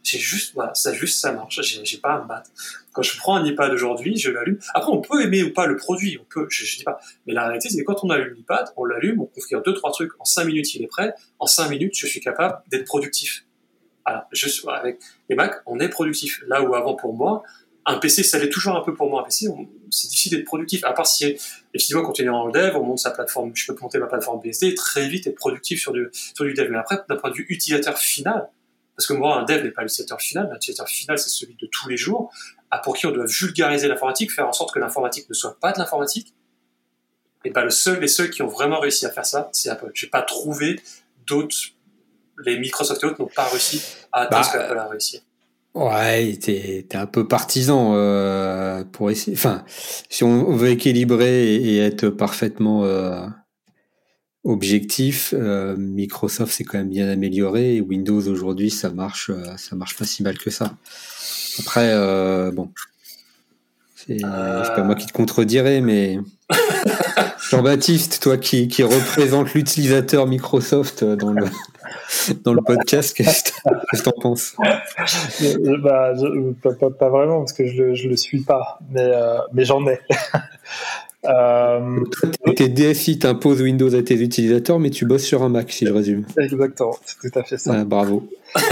Speaker 2: Ça marche. J'ai pas à me battre. Quand je prends un iPad aujourd'hui, je l'allume. Après, on peut aimer ou pas le produit, je dis pas. Mais la réalité, c'est que quand on allume l'iPad, on l'allume, on configure 2-3 trucs. En 5 minutes, il est prêt. En 5 minutes, je suis capable d'être productif. Alors, avec les Mac, on est productif. Là où avant, pour moi, un PC, ça l'est toujours un peu pour moi. Un PC, c'est difficile d'être productif. À part si, effectivement, quand on est en dev, on monte sa plateforme, je peux monter ma plateforme BSD et très vite être productif sur du dev. Mais après, d'un point de vue utilisateur final, parce que moi, un dev n'est pas l'utilisateur final. L'utilisateur final, c'est celui de tous les jours, pour qui on doit vulgariser l'informatique, faire en sorte que l'informatique ne soit pas de l'informatique. Et ben, les seuls qui ont vraiment réussi à faire ça, c'est Apple. J'ai pas trouvé d'autres, les Microsoft et autres n'ont pas réussi à atteindre ce qu'Apple a réussi.
Speaker 1: Ouais, t'es un peu partisan pour essayer. Enfin, si on veut équilibrer et être parfaitement objectif, Microsoft s'est quand même bien amélioré. Et Windows aujourd'hui, ça marche pas si mal que ça. Après, bon, c'est pas moi qui te contredirai, mais Jean-Baptiste, toi qui représente l'utilisateur Microsoft dans le podcast, qu'est-ce que t'en penses?
Speaker 3: Pas vraiment, parce que je le suis pas, mais j'en ai.
Speaker 1: Tes DSI t'imposent Windows à tes utilisateurs, mais tu bosses sur un Mac, si je résume.
Speaker 3: Exactement, c'est tout à fait ça.
Speaker 1: Bravo.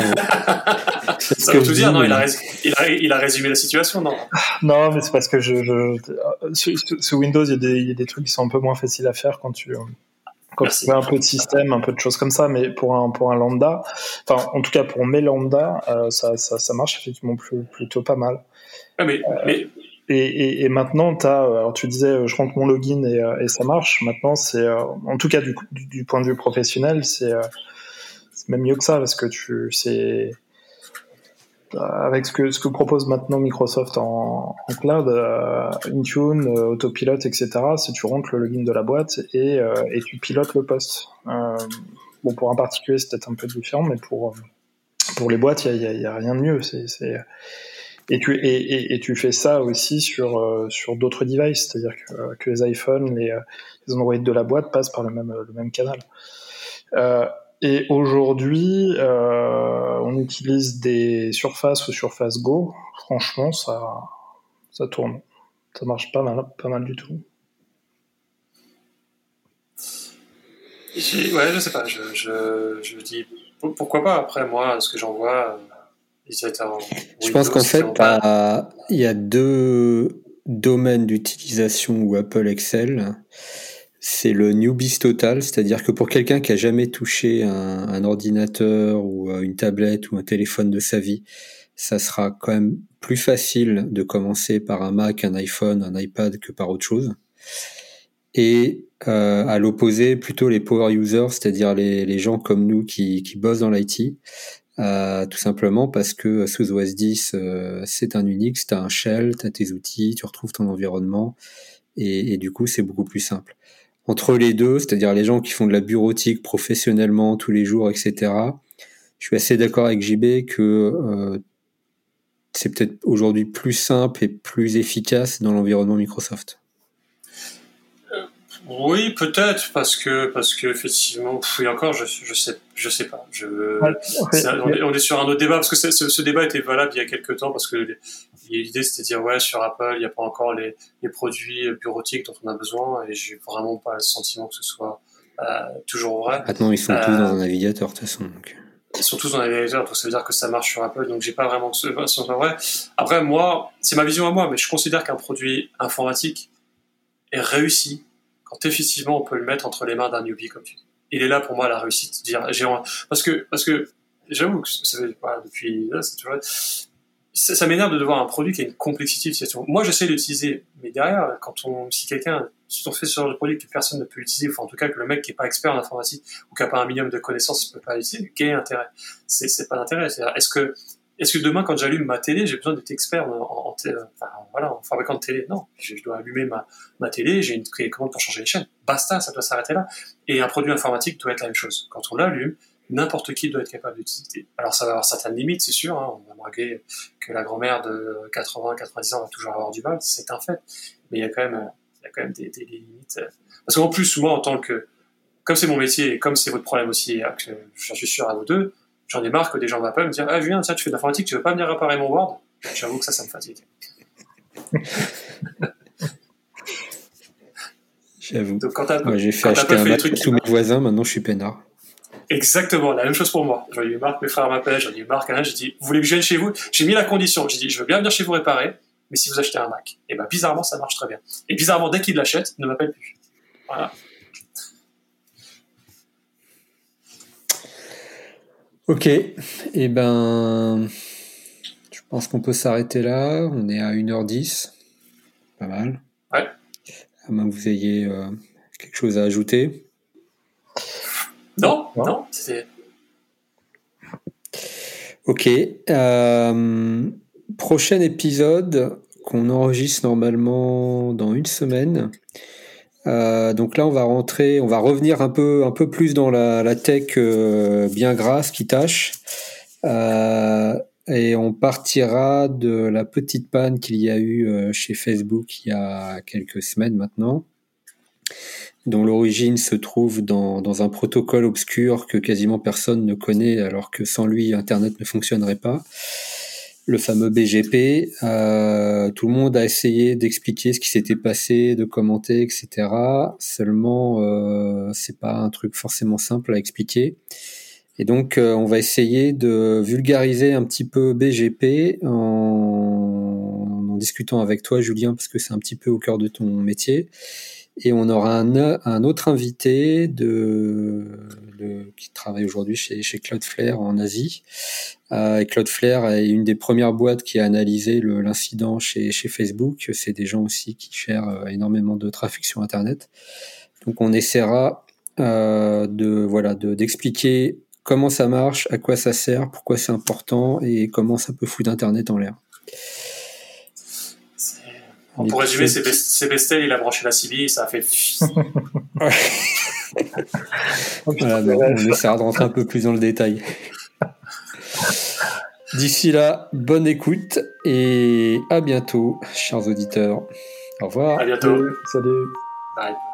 Speaker 2: Ça veut tout dire, non, il a résumé la situation, non?
Speaker 3: Non, mais c'est parce que sur Windows, il y a des trucs qui sont un peu moins faciles à faire quand tu fais un peu de système, un peu de choses comme ça, mais pour un lambda, enfin, en tout cas pour mes lambda, ça marche effectivement plutôt pas mal.
Speaker 2: Ouais, mais...
Speaker 3: Et maintenant, alors tu disais, je rentre mon login et ça marche. Maintenant, c'est, en tout cas du point de vue professionnel, c'est même mieux que ça, parce que c'est avec ce que propose maintenant Microsoft en cloud, Intune, Autopilot, etc. Si tu rentres le login de la boîte et tu pilotes le poste. Bon, pour un particulier, c'est peut-être un peu différent, mais pour les boîtes, il y a rien de mieux. Et tu fais ça aussi sur d'autres devices, c'est-à-dire que les iPhones, les Android de la boîte passent par le même canal. Et aujourd'hui, on utilise des Surface ou Surface Go. Franchement, ça tourne. Ça marche pas mal du tout.
Speaker 2: Ouais, je sais pas. Je me dis pourquoi pas. Après, moi, ce que j'en vois,
Speaker 1: je pense qu'en fait, il y a deux domaines d'utilisation où Apple excelle. C'est le newbies total, c'est-à-dire que pour quelqu'un qui a jamais touché un ordinateur ou une tablette ou un téléphone de sa vie, ça sera quand même plus facile de commencer par un Mac, un iPhone, un iPad que par autre chose. Et à l'opposé, plutôt les power users, c'est-à-dire les gens comme nous qui bossent dans l'IT, tout simplement parce que sous OS 10, c'est un Unix, tu as un shell, tu as tes outils, tu retrouves ton environnement, et du coup, c'est beaucoup plus simple. Entre les deux, c'est-à-dire les gens qui font de la bureautique professionnellement tous les jours, etc., je suis assez d'accord avec JB que c'est peut-être aujourd'hui plus simple et plus efficace dans l'environnement Microsoft.
Speaker 2: Oui, peut-être, parce que effectivement, et encore, je sais pas. On est sur un autre débat, parce que ce débat était valable il y a quelques temps, parce que l'idée c'était de dire, ouais, sur Apple, il n'y a pas encore les produits bureautiques dont on a besoin, et j'ai vraiment pas le sentiment que ce soit toujours vrai.
Speaker 1: Maintenant, ils sont tous dans un navigateur, de toute façon. Donc.
Speaker 2: Ils sont tous dans un navigateur, donc ça veut dire que ça marche sur Apple, donc j'ai pas vraiment ce vrai. Après, moi, c'est ma vision à moi, mais je considère qu'un produit informatique est réussi quand effectivement on peut le mettre entre les mains d'un newbie, comme tu dis. Il est là pour moi la réussite. Parce que j'avoue que ça fait depuis là, c'est toujours ça m'énerve de voir un produit qui a une complexité de situation. Moi, j'essaie d'utiliser, mais derrière, si on fait ce genre de produit que personne ne peut utiliser, enfin en tout cas que le mec qui est pas expert en informatique ou qui a pas un minimum de connaisses ne peut pas l'utiliser, quel est l'intérêt? C'est pas l'intérêt. Est-ce que demain, quand j'allume ma télé, j'ai besoin d'être expert en fabricant de télé? Non, je dois allumer ma télé, j'ai une télécommande pour changer les chaînes. Basta, ça doit s'arrêter là. Et un produit informatique doit être la même chose. Quand on l'allume, n'importe qui doit être capable d'utiliser. Alors ça va avoir certaines limites, c'est sûr. On va braguer que la grand-mère de 80-90 ans va toujours avoir du mal, c'est un fait. Mais il y a quand même des limites. Parce qu'en plus, moi, comme c'est mon métier et comme c'est votre problème aussi, que je suis sûr à vous deux, j'en ai marre que des gens m'appellent me dire « Ah, Julien, tiens, tu fais de l'informatique, tu veux pas venir réparer mon Word ?» J'avoue que ça me fatigue.
Speaker 1: J'avoue. Donc, moi, j'ai fait acheter un Mac à tous mes voisins, maintenant je suis peinard.
Speaker 2: Exactement, la même chose pour moi. J'en ai eu marre que mes frères m'appellent, j'en ai eu marre j'ai dit « Vous voulez que je vienne chez vous ?» J'ai mis la condition, j'ai dit « Je veux bien venir chez vous réparer, mais si vous achetez un Mac. » Et ben bizarrement, ça marche très bien. Et bizarrement, dès qu'il l'achète, il ne m'appelle plus. Voilà.
Speaker 1: Ok, et ben, je pense qu'on peut s'arrêter là. On est à 1h10. Pas mal.
Speaker 2: Ouais.
Speaker 1: À moins que vous ayez quelque chose à ajouter.
Speaker 2: Non, c'était...
Speaker 1: Ok. Prochain épisode qu'on enregistre normalement dans une semaine. Donc là, on va revenir un peu plus dans la tech bien grasse qui tâche. Et on partira de la petite panne qu'il y a eu chez Facebook il y a quelques semaines maintenant, dont l'origine se trouve dans un protocole obscur que quasiment personne ne connaît, alors que sans lui, Internet ne fonctionnerait pas. Le fameux BGP. Tout le monde a essayé d'expliquer ce qui s'était passé, de commenter, etc. Seulement, c'est pas un truc forcément simple à expliquer. Et donc, on va essayer de vulgariser un petit peu BGP en discutant avec toi, Julien, parce que c'est un petit peu au cœur de ton métier. Et on aura un autre invité qui travaille aujourd'hui chez Cloudflare en Asie. Et Cloudflare est une des premières boîtes qui a analysé l'incident chez Facebook. C'est des gens aussi qui gèrent énormément de trafic sur Internet. Donc on essaiera d'expliquer comment ça marche, à quoi ça sert, pourquoi c'est important et comment ça peut foutre Internet en l'air.
Speaker 2: Pour résumer, c'est Bestel, il a branché la CB et ça a fait...
Speaker 1: Voilà, on essaiera de rentrer un peu plus dans le détail. D'ici là, bonne écoute et à bientôt, chers auditeurs. Au revoir.
Speaker 2: À bientôt.
Speaker 3: Salut.
Speaker 2: Bye.